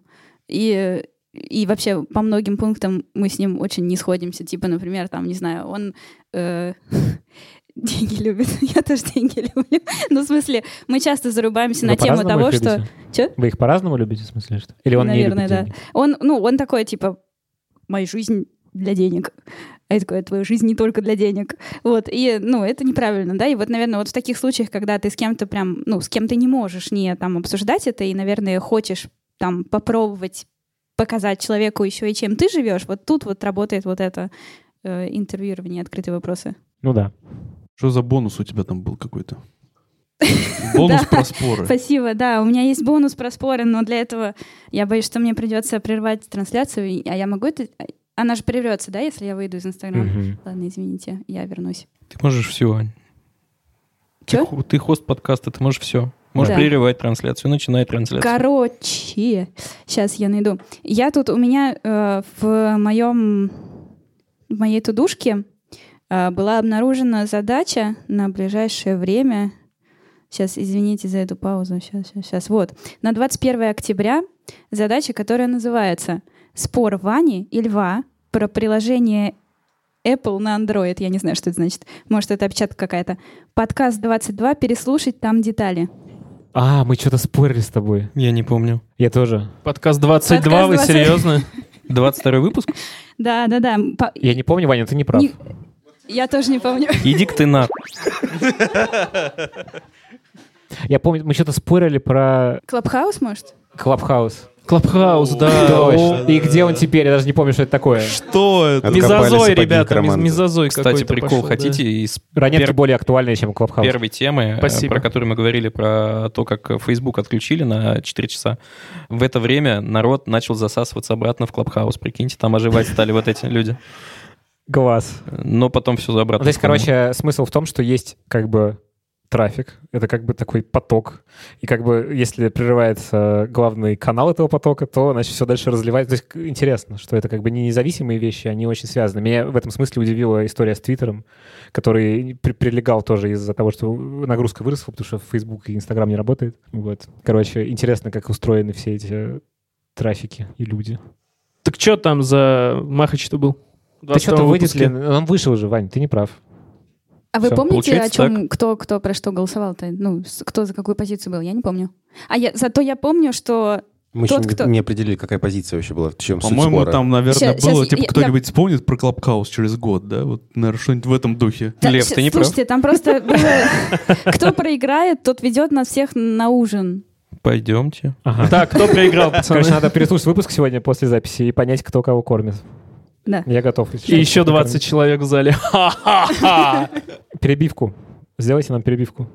И вообще по многим пунктам мы с ним очень не сходимся. Типа, например, там, не знаю, он деньги любит. Я тоже деньги люблю. Ну, в смысле, мы часто зарубаемся на тему того, что... Чё? Вы их по-разному любите, в смысле, что? Или он наверное, не любит деньги? Он такой, типа, моя жизнь для денег. А я такой, твоя жизнь не только для денег. Вот, и, это неправильно, да, и вот, наверное, вот в таких случаях, когда ты с кем-то прям, с кем ты не можешь не там обсуждать это, и, наверное, хочешь там попробовать показать человеку еще и чем ты живешь, вот тут вот работает вот это интервьюирование, открытые вопросы. Ну да. Что за бонус у тебя там был какой-то? Бонус про споры. Спасибо, да. У меня есть бонус про споры, но для этого я боюсь, что мне придется прервать трансляцию. А я могу это... Она же прервется, да, если я выйду из Инстаграма? Ладно, извините, я вернусь. Ты можешь все, Ань. Чё? Ты хост подкаста, ты можешь все. Можешь прерывать трансляцию, начинай трансляцию. Короче, сейчас я найду. У меня в моей тудушке была обнаружена задача на ближайшее время. Сейчас, извините за эту паузу. Сейчас. Вот. На 21 октября задача, которая называется «Спор Вани и Льва про приложение Apple на Android». Я не знаю, что это значит. Может, это опечатка какая-то. Подкаст 22. Переслушать там детали. Мы что-то спорили с тобой. Я не помню. Я тоже. Подкаст 22, вы серьезно? 22 выпуск? Да. Я не помню, Ваня, ты не прав. Я тоже не помню. Иди-ка ты на... Я помню, мы что-то спорили про... Клабхаус, может? Клабхаус, да. Точно. И где он теперь? Я даже не помню, что это такое. Что это? Мезозой, ребята, мезозой Кстати, какой-то прикол, пошел, хотите из ранетки более актуальные, чем Клабхаус. Первой темы, про которую мы говорили, про то, как Facebook отключили на 4 часа. В это время народ начал засасываться обратно в Клабхаус. Прикиньте, там оживать стали вот эти люди. Глаз. Но потом все обратно. То есть, короче, смысл в том, что есть как бы трафик, это как бы такой поток, и как бы если прерывается главный канал этого потока, то, значит, все дальше разливается. То есть интересно, что это как бы не независимые вещи, они очень связаны. Меня в этом смысле удивила история с Твиттером, который прилегал тоже из-за того, что нагрузка выросла, потому что Facebook и Instagram не работает. Вот. Короче, интересно, как устроены все эти трафики и люди. Так что там за Махач-то был? Ты что-то выйдет ли? Он вышел уже, Вань, ты не прав. А вы помните, о чем, кто про что голосовал-то? Кто за какую позицию был? Я не помню. Зато я помню, что мы еще не определили, какая позиция вообще была, в чем суть По-моему, спора. там, наверное, было, кто-нибудь вспомнит про Клабхаус через год, да? Вот, наверное, что-нибудь в этом духе. Лев, ты не прав. Слушайте, там просто было... Кто проиграет, тот ведет нас всех на ужин. Пойдемте. Так, кто проиграл, пацаны? Короче, надо переслушать выпуск сегодня после записи и понять, кто кого кормит. Да. Я готов. И еще 20 человек в зале. Перебивку. Сделайте нам перебивку.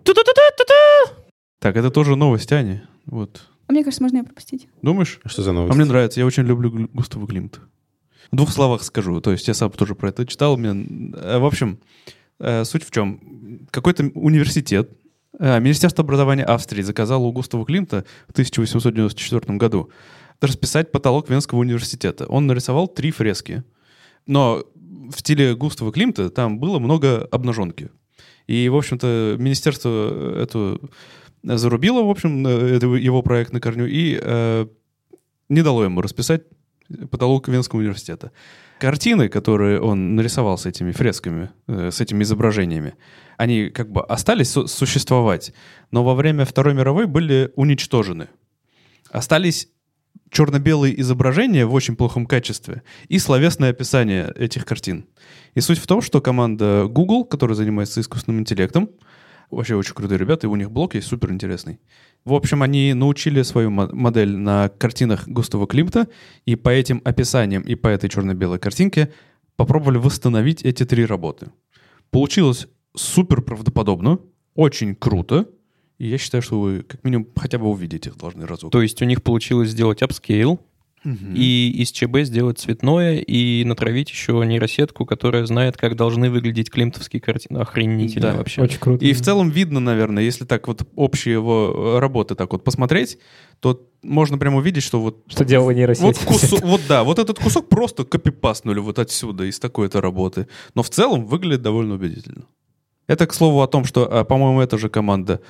Так, это тоже новость, Аня. Вот. А мне кажется, можно ее пропустить. Думаешь? Что за новость? А мне нравится. Я очень люблю Густава Климта. В 2 словах скажу. То есть я сам тоже про это читал. В общем, суть в чем? Какой-то университет, Министерство образования Австрии заказало у Густава Климта в 1894 году расписать потолок Венского университета. Он нарисовал 3 фрески. Но в стиле Густава Климта там было много обнаженки. И, в общем-то, министерство это зарубило, в общем, это его проект на корню, и не дало ему расписать потолок Венского университета. Картины, которые он нарисовал с этими фресками, с этими изображениями, они как бы остались существовать, но во время Второй мировой были уничтожены. Остались черно-белые изображения в очень плохом качестве и словесное описание этих картин. И суть в том, что команда Google, которая занимается искусственным интеллектом, вообще очень крутые ребята, и у них блог есть суперинтересный. В общем, они научили свою модель на картинах Густава Климта, и по этим описаниям и по этой черно-белой картинке попробовали восстановить эти 3 работы. Получилось супер правдоподобно, очень круто, и я считаю, что вы как минимум хотя бы увидеть их должны разок. То есть у них получилось сделать апскейл, и из ЧБ сделать цветное, и натравить еще нейросетку, которая знает, как должны выглядеть климтовские картины. Охренительно вообще. Очень круто. И в целом видно, наверное, если так вот общие его работы так вот посмотреть, то можно прямо увидеть, что вот... Что делала нейросеть. Вот этот кусок просто копипастнули вот отсюда, из такой-то работы. Но в целом выглядит довольно убедительно. Это, к слову, о том, что, по-моему, эта же команда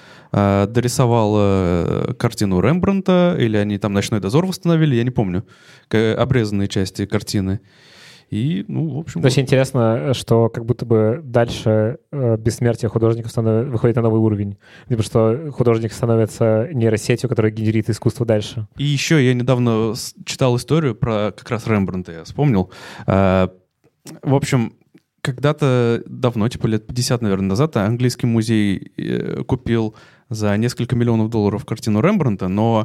дорисовала картину Рембрандта, или они там «Ночной дозор» восстановили, я не помню, обрезанные части картины. И, в общем... Очень интересно, что как будто бы дальше бессмертие художников выходит на новый уровень. Либо что художник становится нейросетью, которая генерит искусство дальше. И еще я недавно читал историю про как раз Рембрандта, я вспомнил. В общем... Когда-то давно, типа лет 50, наверное, назад, английский музей купил за несколько миллионов долларов картину Рембрандта, но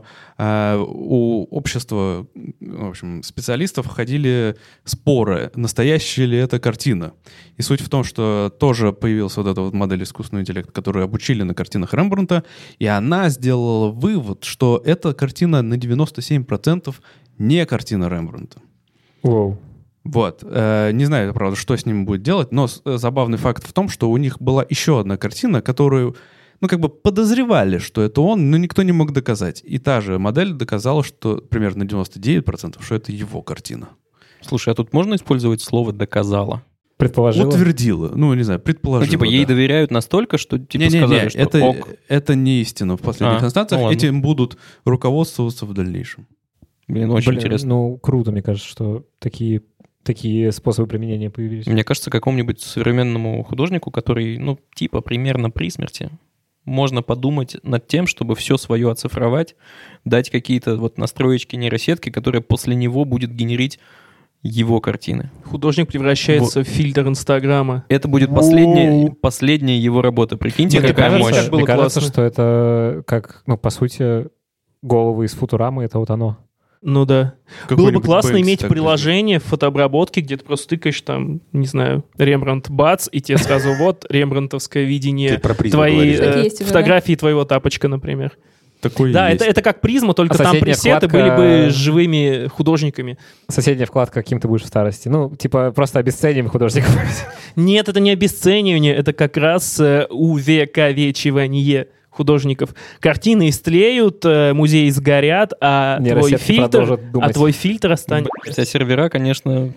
у общества, в общем, специалистов ходили споры, настоящая ли это картина. И суть в том, что тоже появилась вот эта вот модель искусственного интеллекта, которую обучили на картинах Рембрандта, и она сделала вывод, что эта картина на 97% не картина Рембрандта. Wow. Вот. Не знаю, правда, что с ними будет делать, но забавный факт в том, что у них была еще одна картина, которую, подозревали, что это он, но никто не мог доказать. И та же модель доказала, что примерно 99%, что это его картина. Слушай, а тут можно использовать слово «доказала»? Предположила? Утвердила. Предположила. Ей доверяют настолько, что сказали, что это не истина в последних инстанциях. Этим будут руководствоваться в дальнейшем. Очень интересно. Круто, мне кажется, что такие способы применения появились. Мне кажется, какому-нибудь современному художнику, который, примерно при смерти, можно подумать над тем, чтобы все свое оцифровать, дать какие-то настроечки нейросетки, которая после него будет генерить его картины. Художник превращается в фильтр Инстаграма. Это будет последняя его работа. Прикиньте, какая мощь. Мне кажется, что это как, по сути, головы из Футурамы — это вот оно. Ну да. Было бы классно иметь приложение в фотообработке, где ты просто тыкаешь там, не знаю, Рембрандт, бац, и тебе сразу вот рембрандтовское видение твоей фотографии твоего тапочка, например. Да, это как призма, только там пресеты были бы живыми художниками. Соседняя вкладка, каким ты будешь в старости. Просто обесцениваем художников. Нет, это не обесценивание, это как раз увековечивание художников. Картины истлеют, музеи сгорят, а твой фильтр останется. Вся сервера, конечно...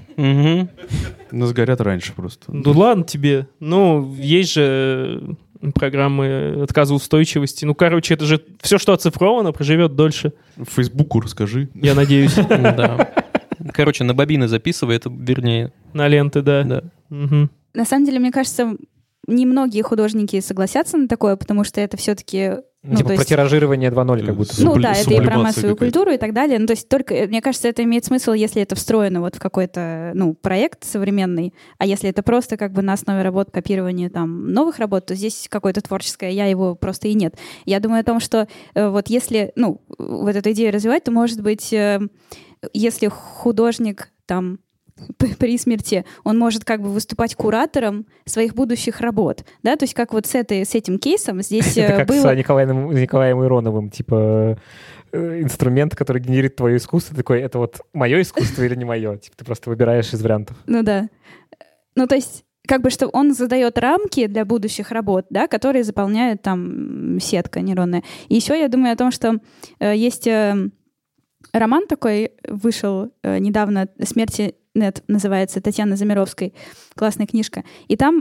Но сгорят раньше просто. Ну ладно тебе. Есть же программы отказоустойчивости. Это же все, что оцифровано, проживет дольше. Фейсбуку расскажи. Я надеюсь. Да. На бобины записывай, это вернее. На ленты, да. На самом деле, мне кажется, немногие художники согласятся на такое, потому что это все-таки... про тиражирование 2.0 как будто. Это и про массовую культуру и так далее. Только, мне кажется, это имеет смысл, если это встроено в какой-то, проект современный, а если это просто на основе работ копирования новых работ, то здесь какое-то творческое «я» его просто и нет. Я думаю о том, что если, вот эту идею развивать, то, может быть, если художник при смерти, он может выступать куратором своих будущих работ, да, то есть как с этим кейсом здесь это было... как с Николаем Ироновым, инструмент, который генерит твое искусство, такой, это мое искусство или не мое, ты просто выбираешь из вариантов. Да. То есть что он задает рамки для будущих работ, да, которые заполняет сетка нейронная. И еще я думаю о том, что есть роман такой, вышел недавно, «Смерти нет» называется, Татьяны Замировской. Классная книжка. И там,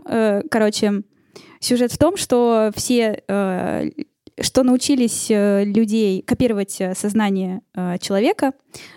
сюжет в том, что все, что научились людей копировать сознание человека,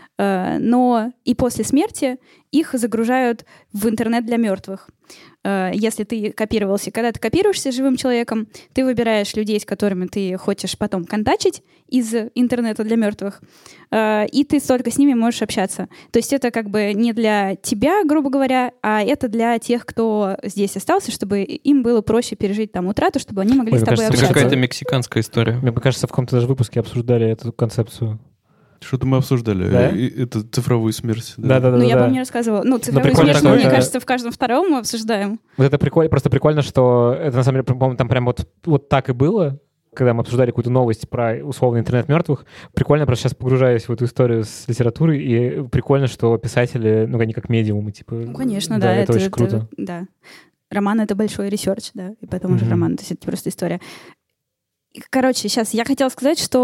но и после смерти их загружают в интернет для мертвых. Если ты копировался, когда ты копируешься живым человеком, ты выбираешь людей, с которыми ты хочешь потом контачить из интернета для мертвых, и ты только с ними можешь общаться. То есть это не для тебя, грубо говоря, а это для тех, кто здесь остался, чтобы им было проще пережить утрату, чтобы они могли с тобой общаться. Это какая-то мексиканская история. Мне кажется, в каком-то даже выпуске обсуждали эту концепцию. Что-то мы обсуждали. Да? Это цифровую смерть. Да. Я помню, рассказывала. Цифровую смерть, мне кажется, в каждом втором мы обсуждаем. Это прикольно, просто прикольно, что это на самом деле, по-моему, там прям вот так и было, когда мы обсуждали какую-то новость про условный интернет мертвых. Прикольно, просто сейчас погружаюсь в эту историю с литературой, и прикольно, что писатели, они как медиумы, конечно, да. Это очень круто. Да. Роман — это большой ресерч, да, и поэтому уже роман, то есть это просто история. Короче, сейчас я хотела сказать, что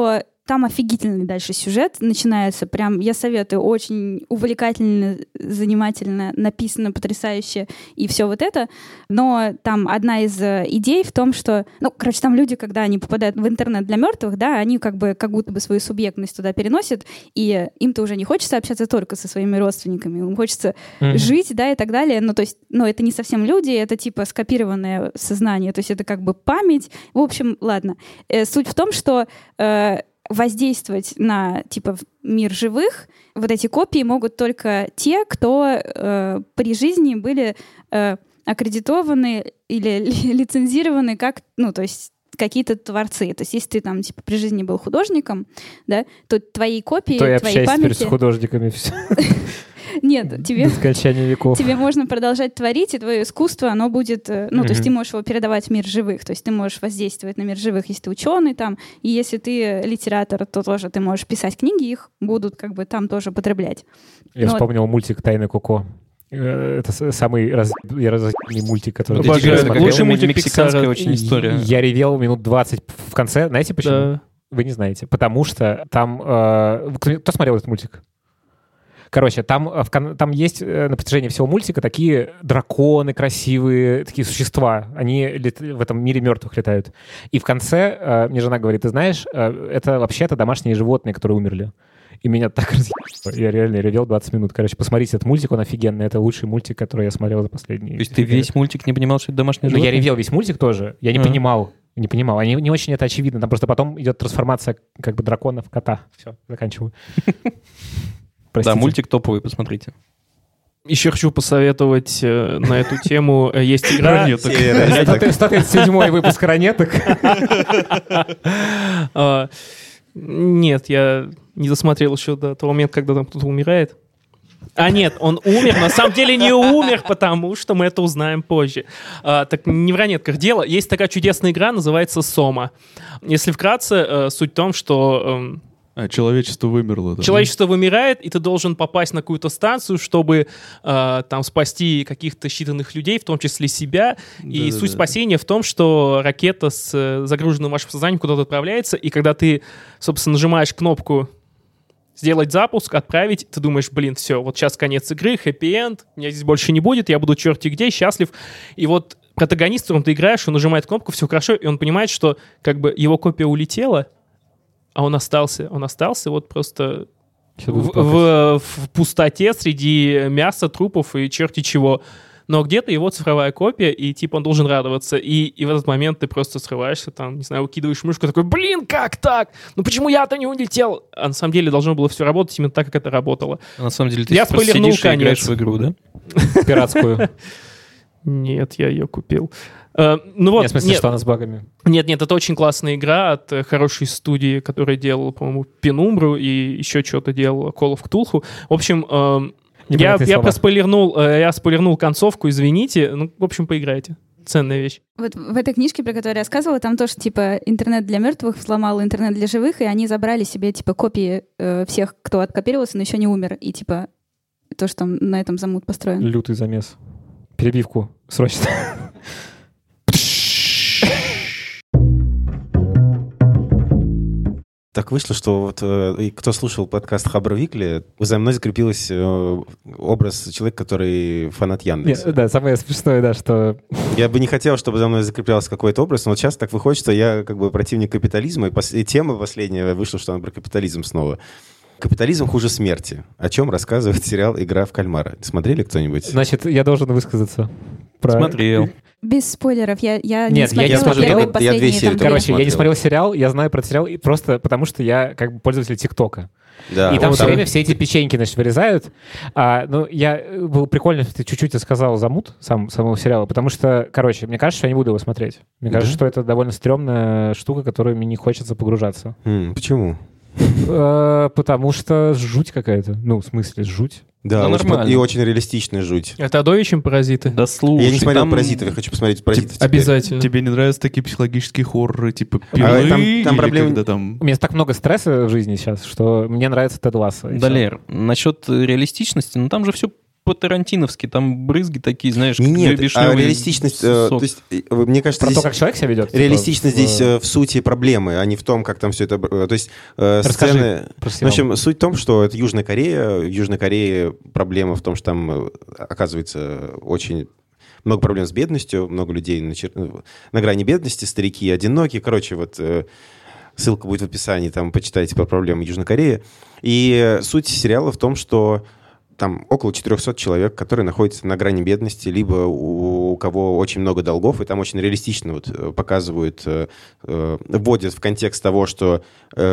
там офигительный дальше сюжет начинается. Прям, я советую, очень увлекательно, занимательно, написано потрясающе и все вот это. Но там одна из идей в том, что... там люди, когда они попадают в интернет для мертвых, да, они как будто бы свою субъектность туда переносят, и им-то уже не хочется общаться только со своими родственниками, им хочется жить, да, и так далее. То есть, это не совсем люди, это типа скопированное сознание, то есть это как бы память. В общем, ладно. Суть в том, что воздействовать на, мир живых, вот эти копии могут только те, кто при жизни были аккредитованы или лицензированы как, то есть какие-то творцы. То есть если ты там, при жизни был художником, да, то твои копии, твои памяти... теперь с художниками все. Нет, тебе можно продолжать творить, и твое искусство, оно будет... то есть ты можешь его передавать в мир живых, то есть ты можешь воздействовать на мир живых, если ты ученый там, и если ты литератор, то тоже ты можешь писать книги, их будут там тоже потреблять. Я вспомнил мультик «Тайны Коко». Это самый разъебный мультик, который... Лучший мультик мексиканская очень история. Я ревел минут 20 в конце. Знаете почему? Да. Вы не знаете. Потому что там... Кто смотрел этот мультик? Короче, там есть на протяжении всего мультика такие драконы красивые, такие существа. Они в этом мире мертвых летают. И в конце мне жена говорит, ты знаешь, это вообще-то домашние животные, которые умерли. И меня так разъебало. Я реально ревел 20 минут. Короче, посмотрите этот мультик, он офигенный. Это лучший мультик, который я смотрел за последние... То есть ты весь мультик не понимал, что это домашние животные? Я ревел весь мультик тоже. Я не понимал. Они не очень это очевидно. Там просто потом идет трансформация дракона в кота. Все, заканчиваю. Да, мультик топовый, посмотрите. Еще хочу посоветовать на эту тему. Есть игра... 137-й выпуск «Ранеток». Нет, я не досмотрел еще до того момента, когда там кто-то умирает. Нет, он умер. На самом деле не умер, потому что мы это узнаем позже. Так не в «Ранетках» дело. Есть такая чудесная игра, называется «Сома». Если вкратце, суть в том, что... человечество вымерло. Да? Человечество вымирает, и ты должен попасть на какую-то станцию, чтобы там спасти каких-то считанных людей, в том числе себя. И суть спасения в том, что ракета с загруженным вашим сознанием куда-то отправляется, и когда ты, собственно, нажимаешь кнопку «Сделать запуск», «Отправить», ты думаешь, все, вот сейчас конец игры, хэппи-энд, меня здесь больше не будет, я буду черти где, счастлив. И вот протагонист, с которым ты играешь, он нажимает кнопку, все хорошо, и он понимает, что его копия улетела, а он остался вот просто в пустоте среди мяса, трупов и черти чего. Но где-то его цифровая копия, и он должен радоваться. И в этот момент ты просто срываешься, там, не знаю, укидываешь мышку, такой, как так? Почему я-то не улетел? А на самом деле должно было все работать именно так, как это работало. А на самом деле ты просто сидишь и играешь в игру, да? Пиратскую. Нет, я ее купил. Нет, в смысле, что она с багами? Нет, это очень классная игра от хорошей студии, которая делала, по-моему, Penumbra и еще что-то делала, Call of Cthulhu. В общем, я спойлернул концовку, извините. В общем, поиграйте. Ценная вещь. Вот в этой книжке, про которую я рассказывала, там тоже, интернет для мертвых взломал интернет для живых, и они забрали себе, копии всех, кто откопировался, но еще не умер. И, то, что там на этом замут построен. Лютый замес. Перебивку. Срочно. Так вышло, что кто слушал подкаст Хабр Викли, за мной закрепилось образ человека, который фанат Яндекса. Да, самое смешное, что... Я бы не хотел, чтобы за мной закреплялся какой-то образ, но вот сейчас так выходит, что я противник капитализма, и тема последняя вышла, что она про капитализм снова. Капитализм хуже смерти. О чем рассказывает сериал «Игра в кальмара». Смотрели кто-нибудь? Значит, я должен высказаться. Смотрел. Без спойлеров. Я не смотрела первые последние. Я не смотрел сериал, я знаю про сериал просто потому, что я пользователь ТикТока. Да, и там все время все эти печеньки, вырезают. Было прикольно, что ты чуть-чуть сказал замут самого сериала, потому что, мне кажется, что я не буду его смотреть. Мне кажется, что это довольно стрёмная штука, которой мне не хочется погружаться. Почему? Потому что жуть какая-то. В смысле, жуть. Да, нормально. И очень реалистичная жуть. Это Адови, чем «Паразиты»? Да слушай. Я не смотрел «Паразитов», я хочу посмотреть «Паразитов». Обязательно. Тебе не нравятся такие психологические хорроры, «Пилы»? Там проблемы... У меня так много стресса в жизни сейчас, что мне нравится Тед Лассо. Да, Лер, насчет реалистичности, там же все по-тарантиновски, там брызги такие, знаешь, как Нет, реалистичность, то есть, мне кажется, про здесь то, как человек себя ведет. реалистичность здесь в сути проблемы, а не в том, как там все это... То есть сцены... В общем, суть в том, что это Южная Корея. В Южной Корее проблема в том, что там, оказывается, очень много проблем с бедностью, много людей на грани бедности, старики одинокие. Короче, вот... Ссылка будет в описании, там почитайте про проблемы Южной Кореи. И суть сериала в том, что там около 400 человек, которые находятся на грани бедности, либо у кого очень много долгов, и там очень реалистично вот показывают, вводят в контекст того, что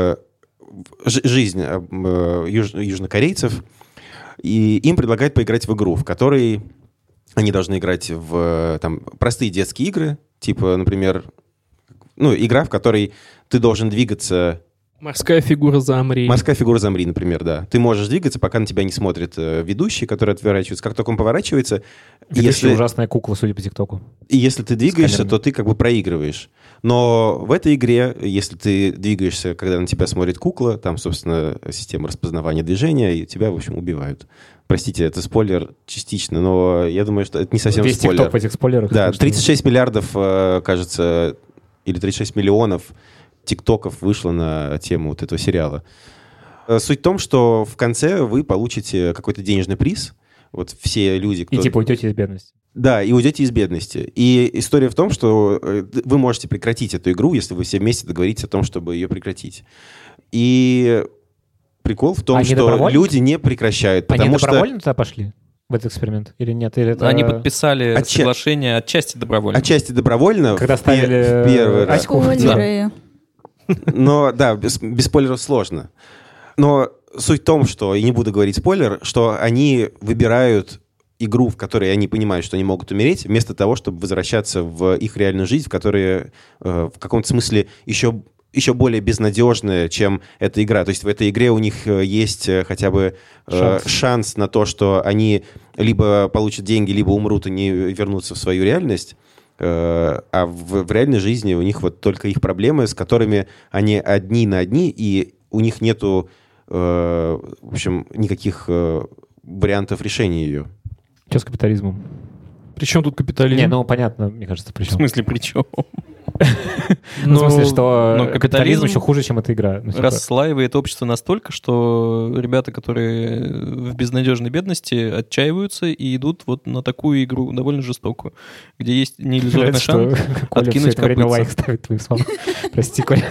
жизнь южнокорейцев, и им предлагают поиграть в игру, в которой они должны играть в там, простые детские игры, типа, например, игра, в которой ты должен двигаться... Морская фигура «Замри». Морская фигура «Замри», например, да. Ты можешь двигаться, пока на тебя не смотрит ведущий, который отворачивается. Как только он поворачивается... Ведущий ужасная кукла, судя по ТикТоку. И если ты двигаешься, то ты как бы проигрываешь. Но в этой игре, если ты двигаешься, когда на тебя смотрит кукла, там, собственно, система распознавания движения, и тебя, в общем, убивают. Простите, это спойлер частично, но я думаю, что это не совсем весь спойлер. Весь ТикТок в этих спойлерах. Да, 36 миллиардов, кажется, или 36 миллионов тиктоков вышло на тему вот этого сериала. Суть в том, что в конце вы получите какой-то денежный приз. Вот все люди, кто... И типа уйдете из бедности. Да, и уйдете из бедности. И история в том, что вы можете прекратить эту игру, если вы все вместе договоритесь о том, чтобы ее прекратить. И прикол в том, что люди не прекращают, потому Они что... добровольно туда пошли? В этот эксперимент? Или нет? Или это... Они подписали соглашение отчасти добровольно. Отчасти добровольно. Когда ставили... В первый раз. Спойлеры. Но, да, без спойлеров сложно. Но суть в том, что, и не буду говорить спойлер, что они выбирают игру, в которой они понимают, что они могут умереть, вместо того, чтобы возвращаться в их реальную жизнь, в которой в каком-то смысле еще более безнадежная, чем эта игра. То есть в этой игре у них есть хотя бы шанс на то, что они либо получат деньги, либо умрут и не вернутся в свою реальность. А в реальной жизни у них вот только их проблемы, с которыми они одни на одни, и у них нету, в общем, никаких вариантов решения ее. Что с капитализмом? При чем тут капитализм? Не, понятно, мне кажется, при чем. В смысле, при чем? В смысле, что капитализм еще хуже, чем эта игра. Расслаивает общество настолько, что ребята, которые в безнадежной бедности, отчаиваются и идут вот на такую игру, довольно жестокую, где есть неиллюзорный шанс откинуть копытца. Лайк ставит твоим словам. Прости, Коля.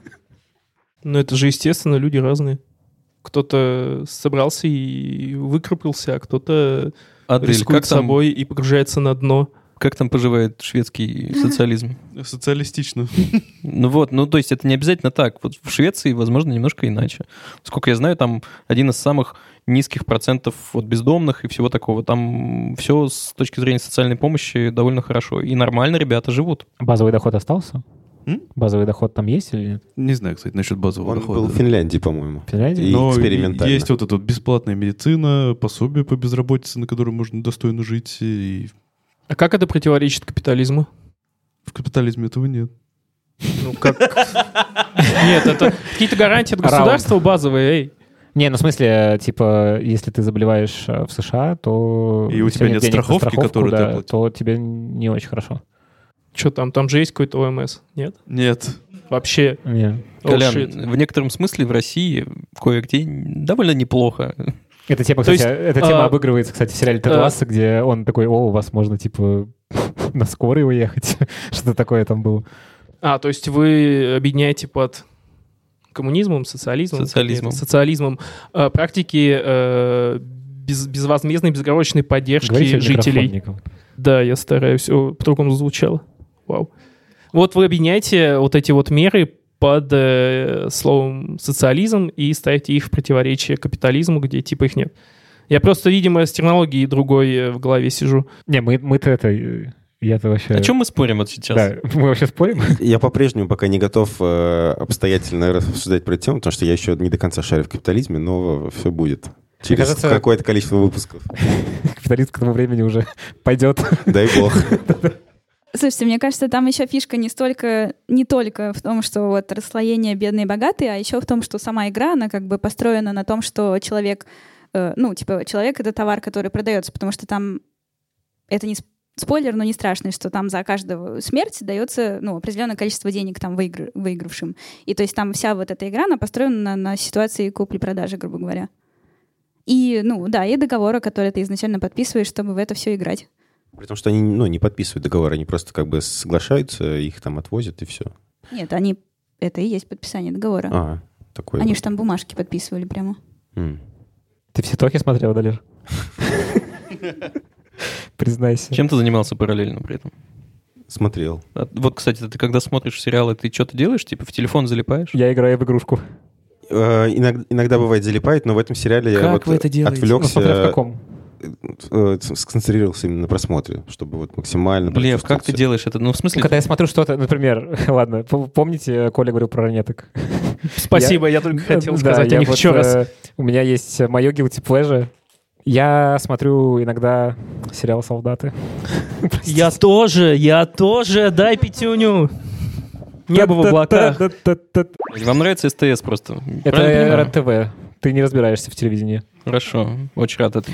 Ну, это же, естественно, люди разные. Кто-то собрался и выкрупился, а кто-то рискует собой и погружается на дно. Как там поживает шведский социализм? Социалистично. То есть это не обязательно так. Вот в Швеции, возможно, немножко иначе. Сколько я знаю, там один из самых низких процентов вот бездомных и всего такого. Там все с точки зрения социальной помощи довольно хорошо. И нормально ребята живут. Базовый доход остался? Базовый доход там есть или нет? Не знаю, кстати, насчет базового дохода. Он был в Финляндии, по-моему. В Финляндии? И экспериментально. Есть вот эта вот бесплатная медицина, пособие по безработице, на которое можно достойно жить. А как это противоречит капитализму? В капитализме этого нет. Ну как? Нет, это какие-то гарантии от государства базовые, эй. Не, в смысле, типа, если ты заболеваешь в США, то... И у тебя нет страховки, которую ты платишь. То тебе не очень хорошо. Что там? Там же есть какой-то ОМС, нет? Нет. Вообще? Нет. Колян, в некотором смысле в России кое-где довольно неплохо. Эта тема, кстати, обыгрывается, кстати, в сериале «Тед Лассо», где он такой: у вас можно, типа, на скорой уехать. Что-то такое там было. То есть вы объединяете под коммунизмом, социализмом практики безвозмездной, безоговорочной поддержки жителей. Да, я стараюсь. По-другому звучало. Вау. Вот вы объединяете вот эти вот меры под словом социализм и ставите их в противоречие капитализму, где типа их нет. Я просто, видимо, с терминологией другой в голове сижу. Не, мы-то это... Я-то вообще... О чем мы спорим вот сейчас? Да, мы вообще спорим? Я по-прежнему пока не готов обстоятельно рассуждать про эту тему, потому что я еще не до конца шарю в капитализме, но все будет. Через какое-то количество выпусков. Капитализм к тому времени уже пойдет. Дай бог. Слушайте, мне кажется, там еще фишка не только в том, что вот расслоение бедный и богатый, а еще в том, что сама игра, она как бы построена на том, что человек человек — это товар, который продается, потому что там это не спойлер, но не страшный, что там за каждую смерть дается определенное количество денег там выигравшим. И то есть там вся вот эта игра, она построена на ситуации купли-продажи, грубо говоря. И, и договоры, которые ты изначально подписываешь, чтобы в это все играть. При том, что они, не подписывают договор, они просто как бы соглашаются, их там отвозят, и все. Нет, это и есть подписание договора. Такое. Они же там бумажки подписывали прямо. Ты все токи смотрел, Далер? Признайся. Чем ты занимался параллельно при этом? Смотрел. Вот, кстати, ты когда смотришь сериалы, ты что-то делаешь? Типа в телефон залипаешь? Я играю в игрушку. Иногда бывает залипает, но в этом сериале я вы это делаете? Отвлекся. Смотря в каком? Сконцентрировался именно на просмотре, чтобы максимально... Блев, как ты делаешь это? В смысле... Когда я смотрю что-то, например, ладно, помните, Коля говорил про ранеток? Спасибо, я только хотел сказать о них еще раз. У меня есть мое guilty pleasure. Я смотрю иногда сериал «Солдаты». Я тоже, дай пятюню. Небо в облаках. Вам нравится СТС просто? Это РЕН-ТВ. Ты не разбираешься в телевидении. Хорошо, очень рад этому.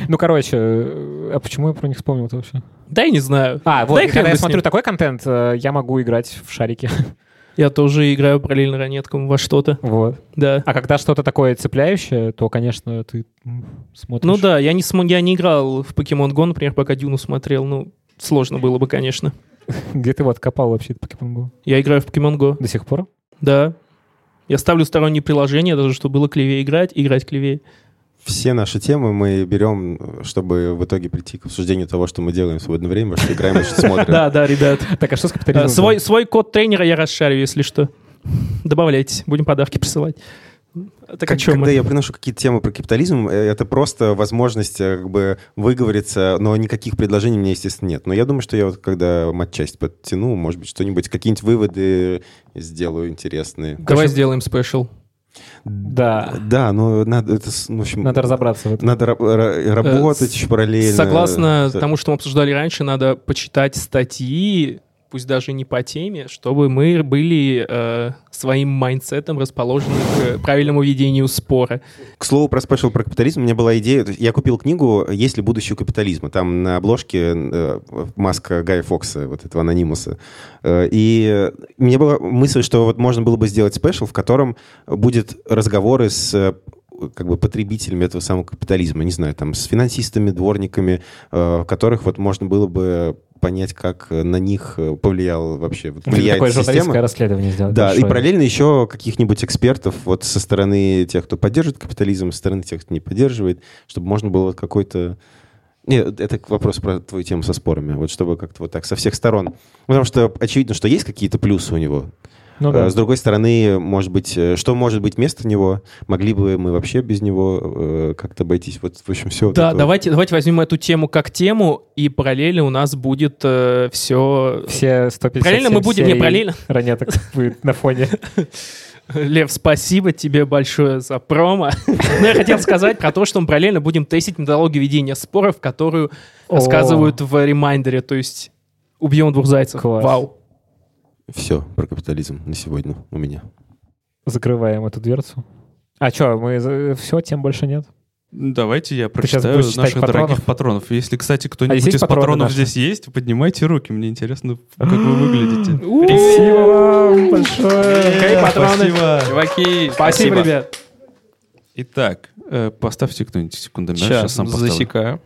А почему я про них вспомнил-то вообще? Да я не знаю. Когда я смотрю такой контент, я могу играть в шарики. Я тоже играю параллельно ранеткам во что-то. Вот. Да. А когда что-то такое цепляющее, то, конечно, ты смотришь. Ну да, я не играл в Pokemon Go, например, пока Дюну смотрел. Сложно было бы, конечно. Где ты копал вообще Pokemon Go? Я играю в Pokemon Go. До сих пор? Да. Я ставлю сторонние приложения, даже чтобы было клевее играть клевее. Все наши темы мы берем, чтобы в итоге прийти к обсуждению того, что мы делаем в свободное время, что играем, что смотрим. Да, ребят. Так, а что с капитализмом? Свой код тренера я расшарю, если что. Добавляйтесь, будем подарки присылать. Когда я приношу какие-то темы про капитализм, это просто возможность выговориться, но никаких предложений у меня, естественно, нет. Но я думаю, что я когда матчасть подтяну, может быть, какие-нибудь выводы сделаю интересные. Давай сделаем спешл. Да, но надо, в общем, надо разобраться в этом. Надо работать еще параллельно. Согласно тому, что мы обсуждали раньше, надо почитать статьи, пусть даже не по теме, чтобы мы были своим майндсетом расположены к правильному ведению спора. К слову про спешл про капитализм, у меня была идея, я купил книгу «Есть ли будущее у капитализма?». Там на обложке маска Гая Фокса, вот этого анонимуса. И у меня была мысль, что можно было бы сделать спешл, в котором будет разговоры с потребителями этого самого капитализма, не знаю, там, с финансистами, дворниками, которых можно было бы понять, как на них повлиял вообще влияет такое система. Журналистское расследование сделать. Да, большое. И параллельно еще каких-нибудь экспертов со стороны тех, кто поддерживает капитализм, со стороны тех, кто не поддерживает, чтобы можно было какой-то... Нет, это вопрос про твою тему со спорами. Чтобы как-то так со всех сторон. Потому что очевидно, что есть какие-то плюсы у него. Да. С другой стороны, может быть, что может быть вместо него? Могли бы мы вообще без него как-то обойтись? В общем, все. Да, давайте возьмем эту тему как тему, и параллельно у нас будет все... Все 150 параллельно мы будем... Не, параллельно. Ранеток будет на фоне. Лев, спасибо тебе большое за промо. Но я хотел сказать про то, что мы параллельно будем тестить методологию ведения споров, которую рассказывают в ремайндере, то есть убьем двух зайцев. Класс. Вау. Все про капитализм на сегодня у меня. Закрываем эту дверцу. А что, все, тем больше нет? Давайте я прочитаю наших дорогих патронов. Если, кстати, кто-нибудь из патронов здесь есть, поднимайте руки. Мне интересно, как вы выглядите. Спасибо вам большое. Спасибо. Чуваки, спасибо, ребят. Итак, поставьте кто-нибудь секундомер. Сейчас сам засекаю.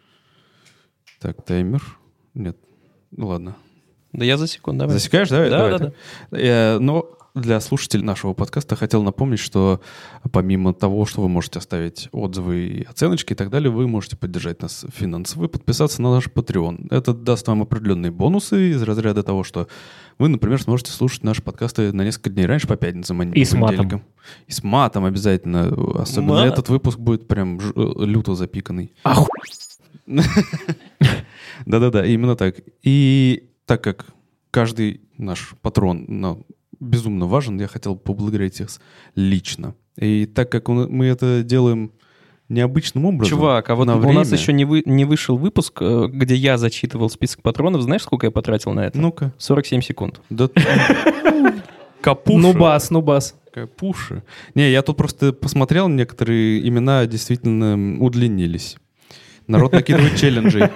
Так, таймер. Нет, ну ладно. Да я засеку, давай. Засекаешь, давай? Да. Но для слушателей нашего подкаста хотел напомнить, что помимо того, что вы можете оставить отзывы и оценочки и так далее, вы можете поддержать нас финансово и подписаться на наш Patreon. Это даст вам определенные бонусы из разряда того, что вы, например, сможете слушать наши подкасты на несколько дней раньше по пятницам, а не по понедельникам. И с матом обязательно. Особенно этот выпуск будет прям люто запиканный. Да-да-да, именно так. И так как каждый наш патрон безумно важен, я хотел поблагодарить их лично. И так как мы это делаем необычным образом... Чувак, а вот у нас еще не вышел выпуск, где я зачитывал список патронов. Знаешь, сколько я потратил на это? Ну-ка. 47 секунд. Да. Капуша. Нубас. Капуша. Не, я тут просто посмотрел, некоторые имена действительно удлинились. Народ накидывает челленджей.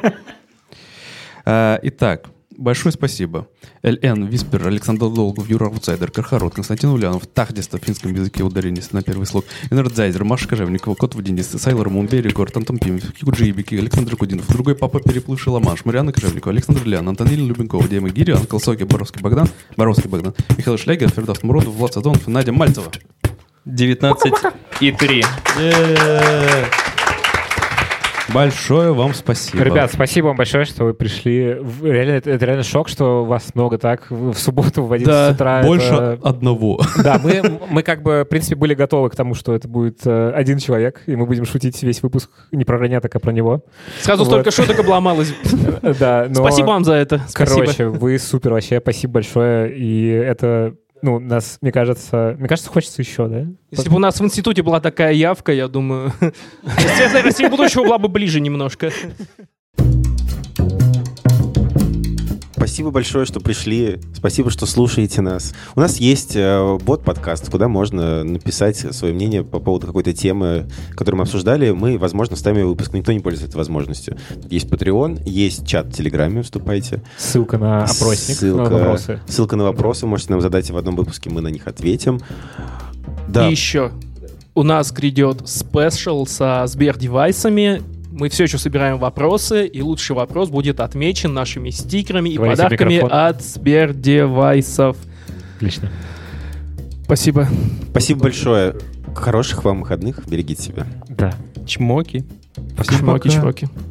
Итак, большое спасибо. ЛН, Виспер, Александр Долгов, Юра Аутсайдер, Кархарот, Константин Ульянов, Тахдеста в финском языке ударение на первый слог, Энердзайзер, Маша Кожевникова, Кот Водинис, Сайлор Мунбери, Рекорд, Антон Пимов, Кикуджибики, Александр Кудинов, другой папа, переплывший Ла-Манш, Марианна Кожевникова, Александр Лян, Антонина Любенкова, Дима Гири, Анкл Соки, Боровский Богдан, Михаил Шлягер, Фердав Муродов, Влад Садонов и Надя Мальцева. 19,3. Большое вам спасибо. Ребят, спасибо вам большое, что вы пришли. Реально, это реально шок, что вас много так в субботу в 11 утра. Больше одного. Да, мы как бы, в принципе, были готовы к тому, что это будет один человек, и мы будем шутить весь выпуск не про Ранята, а про него. Сразу столько шуток обломалось. Да, спасибо вам за это. Короче, вы супер вообще, спасибо большое, и это... нас, мне кажется, хочется еще, да? Если бы у нас в институте была такая явка, я думаю, Россия будущего была бы ближе немножко. Спасибо большое, что пришли. Спасибо, что слушаете нас. У нас есть бот-подкаст, куда можно написать свое мнение по поводу какой-то темы, которую мы обсуждали. Мы, возможно, ставим выпуск. Никто не пользуется этой возможностью. Есть Patreon, есть чат в Телеграме, вступайте. Ссылка на опросник, на вопросы. Ссылка на вопросы. Можете нам задать в одном выпуске, мы на них ответим. Да. И еще у нас грядет спешл со Сбер-девайсами. Мы все еще собираем вопросы, и лучший вопрос будет отмечен нашими стикерами и подарками от Сбер-девайсов. Отлично. Спасибо. Спасибо большое. Хороших вам выходных. Берегите себя. Да. Чмоки. Чмоки.